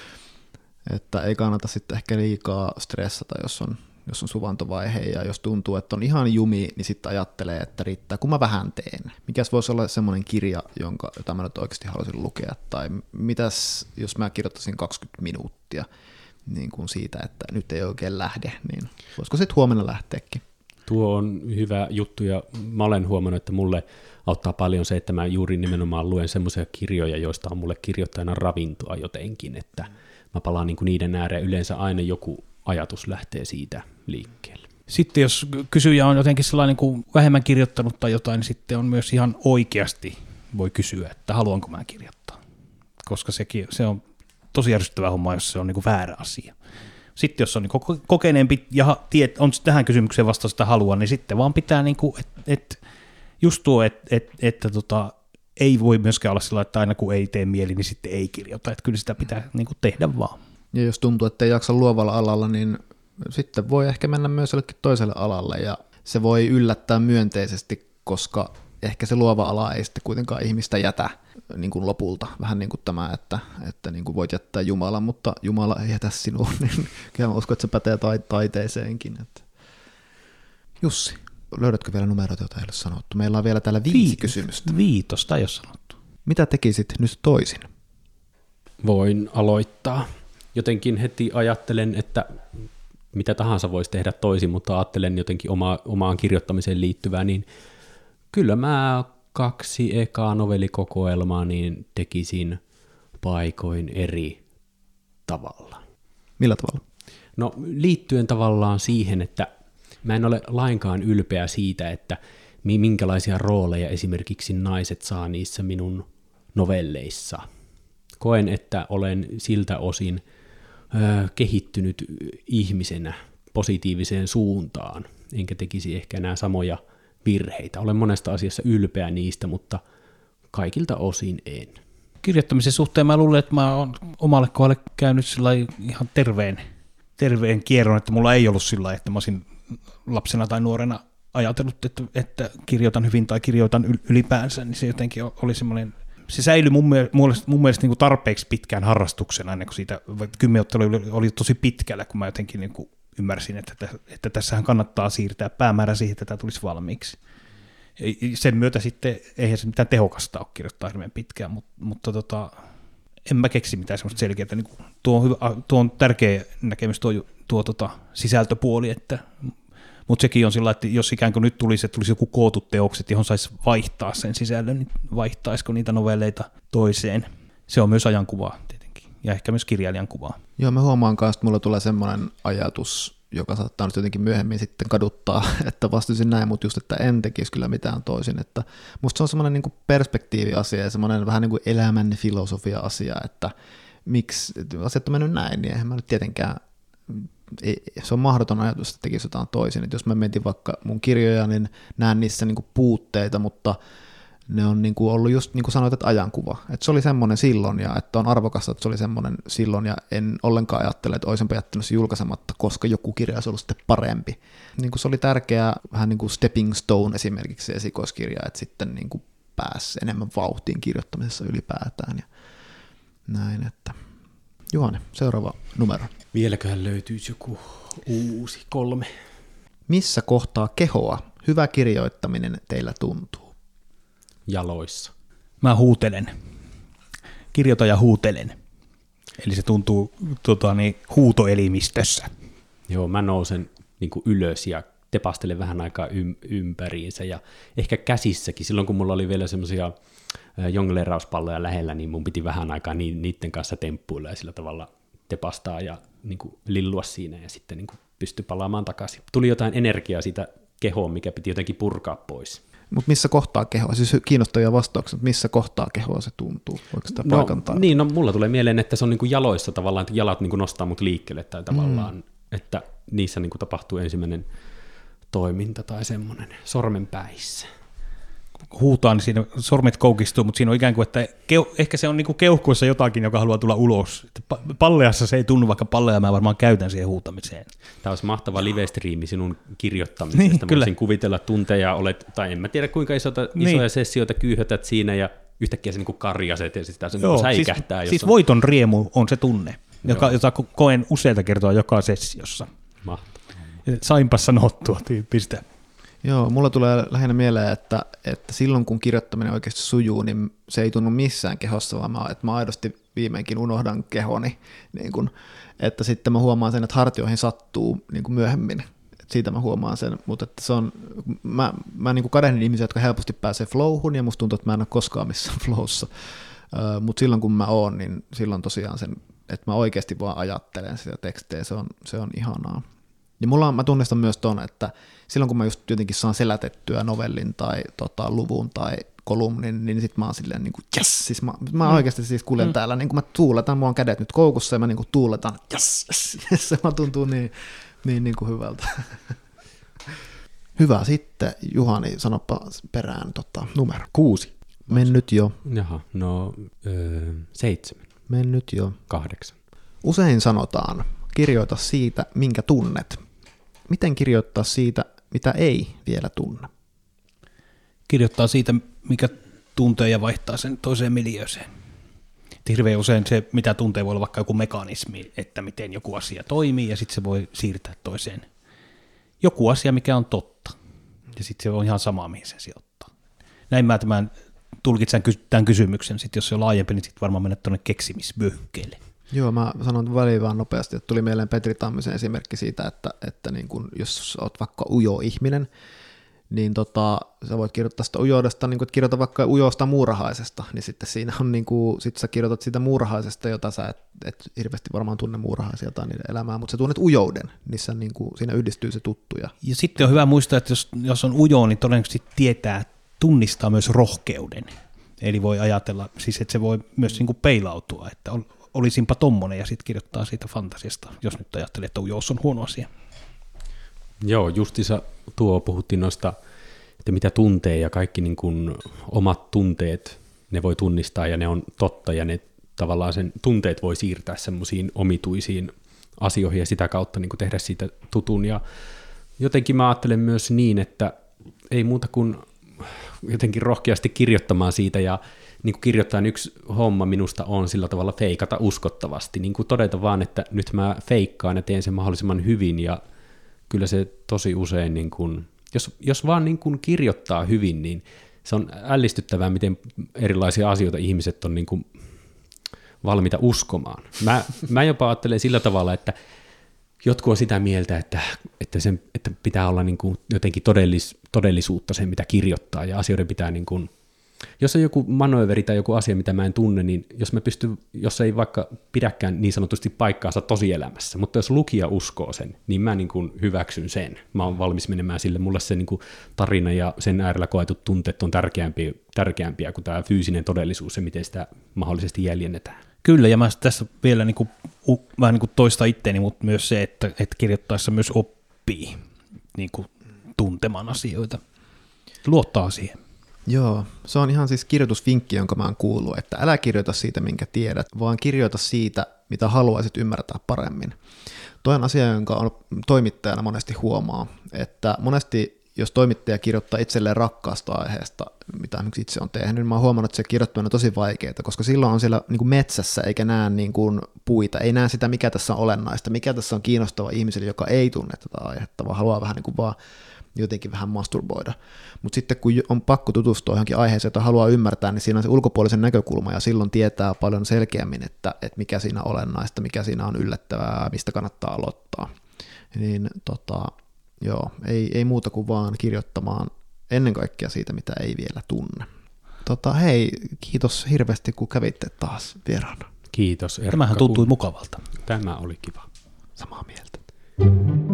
että ei kannata sitten ehkä liikaa stressata, jos on suvantovaihe, ja jos tuntuu, että on ihan jumi, niin sitten ajattelee, että riittää, kun mä vähän teen. Mikäs voisi olla semmoinen kirja, jota mä nyt oikeasti haluaisin lukea, tai mitäs, jos mä kirjoittaisin 20 minuuttia niin kuin siitä, että nyt ei oikein lähde, niin voisiko sitten huomenna lähteäkin? Tuo on hyvä juttu, ja mä olen huomannut, että mulle auttaa paljon se, että mä juuri nimenomaan luen semmoisia kirjoja, joista on mulle kirjoittajana ravintoa jotenkin, että mä palaan niin kuin niiden ääreen, yleensä aina joku ajatus lähtee siitä liikkeelle. Sitten jos kysyjä on jotenkin sellainen niin kuin vähemmän kirjoittanut tai jotain, niin sitten on myös ihan oikeasti voi kysyä, että haluanko mä kirjoittaa. Koska se on tosi järsyttävä homma, jos se on niin kuin väärä asia. Sitten jos on niin kokeneempi ja on tähän kysymykseen vastaus, että haluaa, niin sitten vaan pitää, niin kuin, just tuo, että ei voi myöskään olla sillä, että aina kun ei tee mieli, niin sitten ei kirjoita. Että kyllä sitä pitää niin kuin tehdä vaan. Ja jos tuntuu, että ei jaksa luovalla alalla, niin sitten voi ehkä mennä myös jollekin toiselle alalle, ja se voi yllättää myönteisesti, koska ehkä se luova ala ei sitten kuitenkaan ihmistä jätä niin kuin lopulta. Vähän niin kuin tämä, että niin kuin voit jättää Jumalan, mutta Jumala ei jätä sinua, niin kyllä mä uskon, että se pätee taiteeseenkin. Että. Jussi, löydätkö vielä numeroita, joita ei ole sanottu? Meillä on vielä täällä 5 kysymystä. 5 ei ole sanottu. Mitä tekisit nyt toisin? Voin aloittaa. Jotenkin heti ajattelen, että mitä tahansa voisi tehdä toisin, mutta ajattelen jotenkin omaan kirjoittamiseen liittyvää, niin kyllä mä 2 ekaa novellikokoelmaa niin tekisin paikoin eri tavalla. Millä tavalla? No liittyen tavallaan siihen, että mä en ole lainkaan ylpeä siitä, että minkälaisia rooleja esimerkiksi naiset saa niissä minun novelleissa. Koen, että olen siltä osin kehittynyt ihmisenä positiiviseen suuntaan, enkä tekisi ehkä enää samoja virheitä. Olen monesta asiassa ylpeä niistä, mutta kaikilta osin en. Kirjoittamisen suhteen mä luulen, että mä oon omalle kohdalle käynyt ihan terveen kierron, että mulla ei ollut sillä, että mä olisin lapsena tai nuorena ajatellut, että kirjoitan hyvin tai kirjoitan ylipäänsä, niin se jotenkin oli semmoinen. Se säilyi mun mielestä niin kuin tarpeeksi pitkään harrastuksena, ennen kuin siitä kymmenjottelu oli tosi pitkällä, kun mä jotenkin niin kuin ymmärsin, että tässähän kannattaa siirtää päämäärä siihen, että tämä tulisi valmiiksi. Sen myötä sitten eihän se mitään tehokasta ole kirjoittaa hirveän pitkään, mutta en mä keksi mitään semmoista selkeää. Niin tuo on tärkeä näkemys tuo sisältöpuoli, mutta sekin on sillä, että jos ikään kuin nyt tulisi joku kootut teokset, johon saisi vaihtaa sen sisällön, niin vaihtaisiko niitä novelleita toiseen? Se on myös ajankuvaa tietenkin, ja ehkä myös kirjailijan kuvaa. Joo, mä huomaan kanssa, että mulla tulee semmoinen ajatus, joka saattaa nyt jotenkin myöhemmin sitten kaduttaa, että vastaisin näin, mutta just, että en tekisi kyllä mitään toisin. Että musta se on semmoinen niin kuin perspektiiviasia ja semmoinen vähän niin kuin elämän filosofia-asia, että miksi asiat on mennyt näin, niin eihän mä nyt tietenkään. Se on mahdoton ajatus, että tekisi jotain toisin. Että jos mä mietin vaikka mun kirjoja, niin näen niissä niinku puutteita, mutta ne on niin kuin ollut just niin kuin sanoit, että ajankuva. Että se oli semmoinen silloin ja että on arvokasta, että se oli semmoinen silloin ja en ollenkaan ajattele, että olisinpa jättänyt se julkaisematta, koska joku kirja olisi ollut sitten parempi. Niin kuin se oli tärkeä vähän niin kuin stepping stone esimerkiksi se esikoiskirja, että sitten niin kuin pääsi enemmän vauhtiin kirjoittamisessa ylipäätään ja näin, että Juhani, seuraava numero. Vieläköhän löytyisi joku uusi 3. Missä kohtaa kehoa hyvä kirjoittaminen teillä tuntuu? Jaloissa. Mä huutelen. Kirjoitan ja huutelen. Eli se tuntuu huutoelimistössä. Joo, mä nousen niin kuin ylös ja tepastelen vähän aikaa ympäriinsä ja ehkä käsissäkin. Silloin kun mulla oli vielä semmoisia jongleerauspalloja lähellä, niin mun piti vähän aikaa niiden kanssa temppuilla ja sillä tavalla tepastaa ja niin kuin lillua siinä ja sitten niin kuin pystyi palaamaan takaisin. Tuli jotain energiaa siitä kehoon, mikä piti jotenkin purkaa pois. Mutta missä kohtaa kehoa? Siis kiinnostavia vastauksia, mutta missä kohtaa kehoa se tuntuu? Voiko sitä paikantaa? Niin, mulla tulee mieleen, että se on niin kuin jaloissa tavallaan, että jalat niin kuin nostaa mut liikkeelle tai tavallaan, että niissä niin kuin tapahtuu ensimmäinen toiminta tai semmoinen sormenpäissä. Huutaan, niin siinä sormet koukistuu, mutta siinä on ikään kuin, että ehkä se on niin kuin keuhkoissa jotakin, joka haluaa tulla ulos. Palleassa se ei tunnu, vaikka palleja mä varmaan käytän siihen huutamiseen. Tämä olisi mahtava live-striimi sinun kirjoittamisesta. Niin, voisin kuvitella tunteja, tai en mä tiedä kuinka isoja sessioita kyyhötät siinä ja yhtäkkiä se niin kuin karjaset ja sitä se säikähtää. Siis voiton riemu on se tunne, jota koen useita kertoa joka sessiossa. Mahtavaa. Sainpa sanottua tyyppistä. Joo, mulla tulee lähinnä mieleen, että silloin kun kirjoittaminen oikeasti sujuu, niin se ei tunnu missään kehossa, vaan että mä aidosti viimeinkin unohdan kehoni, niin kun, että sitten mä huomaan sen, että hartioihin sattuu niin kuin myöhemmin. Et siitä mä huomaan sen, mutta että se on, mä niin kuin kadehdin ihmisiä, jotka helposti pääsee flowhun, ja musta tuntuu, että mä en ole koskaan missään flowssa, mutta silloin kun mä oon, niin silloin tosiaan sen, että mä oikeasti vaan ajattelen sitä tekstejä, se on ihanaa. Ja mä tunnistan myös ton, että silloin kun mä just jotenkin saan selätettyä novellin tai luvun tai kolumnin, niin sit mä oon silleen niin kuin yes, siis mä oikeasti siis kuljen täällä, niin kuin mä tuuletan, mulla on kädet nyt koukussa ja mä niin kuin tuuletan, yes, se vaan tuntuu niin kuin hyvältä. Hyvä, sitten Juhani, sanoppa perään numero. 6. Mennyt jo. Jaha, 7. Mennyt jo. 8. Usein sanotaan, kirjoita siitä, minkä tunnet. Miten kirjoittaa siitä, mitä ei vielä tunne? Kirjoittaa siitä, mikä tuntee ja vaihtaa sen toiseen miljööseen. Hirveän usein se, mitä tuntee, voi olla vaikka joku mekanismi, että miten joku asia toimii, ja sitten se voi siirtää toiseen. Joku asia, mikä on totta. Ja sitten se on ihan sama, mihin se sijoittaa. Näin mä tulkitsen tämän kysymyksen. Sitten jos se on laajempi, niin sitten varmaan mennä tuonne keksimisvyöhykkeelle. Joo, mä sanon väliin vaan nopeasti, että tuli mieleen Petri Tammisen esimerkki siitä, että niin kun, jos olet vaikka ujo ihminen, niin sä voit kirjoittaa sitä ujoudesta, niin kun, että kirjoita vaikka ujosta muurahaisesta, niin sitten siinä on, niin kun, sit sä kirjoitat siitä muurahaisesta, jota sä et hirveästi varmaan tunne muurahaisia tai niiden elämää, mutta sä tunnet ujouden, niissä niin kun, siinä yhdistyy se tuttu. Ja sitten on hyvä muistaa, että jos on ujo, niin todennäköisesti tunnistaa myös rohkeuden. Eli voi ajatella, siis että se voi myös niin kuin peilautua, että olisinpa tommonen ja sitten kirjoittaa siitä fantasiasta, jos nyt ajattelee, että ujous on huono asia. Joo, justiinsa puhuttiin noista, että mitä tuntee ja kaikki niin kuin omat tunteet, ne voi tunnistaa ja ne on totta ja ne tavallaan sen tunteet voi siirtää semmoisiin omituisiin asioihin ja sitä kautta niin kuin tehdä siitä tutun. Ja jotenkin mä ajattelen myös niin, että ei muuta kuin jotenkin rohkeasti kirjoittamaan siitä ja niin kuin kirjoittajan yksi homma minusta on sillä tavalla feikata uskottavasti, niin kuin todeta vaan, että nyt mä feikkaan ja teen sen mahdollisimman hyvin ja kyllä se tosi usein, niin kuin, jos vaan niin kuin kirjoittaa hyvin, niin se on ällistyttävää, miten erilaisia asioita ihmiset on niin kuin valmiita uskomaan. Mä jopa ajattelen sillä tavalla, että jotkut on sitä mieltä, että pitää olla niin kuin jotenkin todellisuutta sen, mitä kirjoittaa, ja asioiden pitää, niin kuin, jos on joku manööveri tai joku asia, mitä mä en tunne, niin jos ei vaikka pidäkään niin sanotusti paikkaansa tosielämässä, mutta jos lukija uskoo sen, niin mä niin kuin hyväksyn sen. Mä oon valmis menemään sille. Mulle se niin kuin tarina ja sen äärellä koetut tunteet on tärkeämpiä kuin tämä fyysinen todellisuus ja miten sitä mahdollisesti jäljennetään. Kyllä, ja mä tässä vielä vähän niin kuin toista itteeni, mutta myös se, että kirjoittaessa myös oppii niin kuin tuntemaan asioita. Luottaa siihen. Joo, se on ihan siis kirjoitusvinkki, jonka mä oon kuullut, että älä kirjoita siitä, minkä tiedät, vaan kirjoita siitä, mitä haluaisit ymmärtää paremmin. Toi on asia, jonka on toimittajana monesti huomaa, että monesti jos toimittaja kirjoittaa itselleen rakkaasta aiheesta, mitä itse on tehnyt, niin mä oon huomannut, että se kirjoittaminen on tosi vaikeaa, koska silloin on siellä niin kuin metsässä eikä näe niin kuin puita, ei näe sitä, mikä tässä on olennaista, mikä tässä on kiinnostava ihmiselle, joka ei tunne tätä aihetta, vaan haluaa vähän niin kuin vaan jotenkin vähän masturboida. Mutta sitten kun on pakko tutustua johonkin aiheeseen, jota haluaa ymmärtää, niin siinä on se ulkopuolisen näkökulma, ja silloin tietää paljon selkeämmin, että mikä siinä on olennaista, mikä siinä on yllättävää, mistä kannattaa aloittaa. Niin joo, ei muuta kuin vaan kirjoittamaan ennen kaikkea siitä, mitä ei vielä tunne. Hei, kiitos hirveästi, kun kävitte taas vieraana. Kiitos, Erkka. Tämähän tuntui mukavalta. Tämä oli kiva. Samaa mieltä.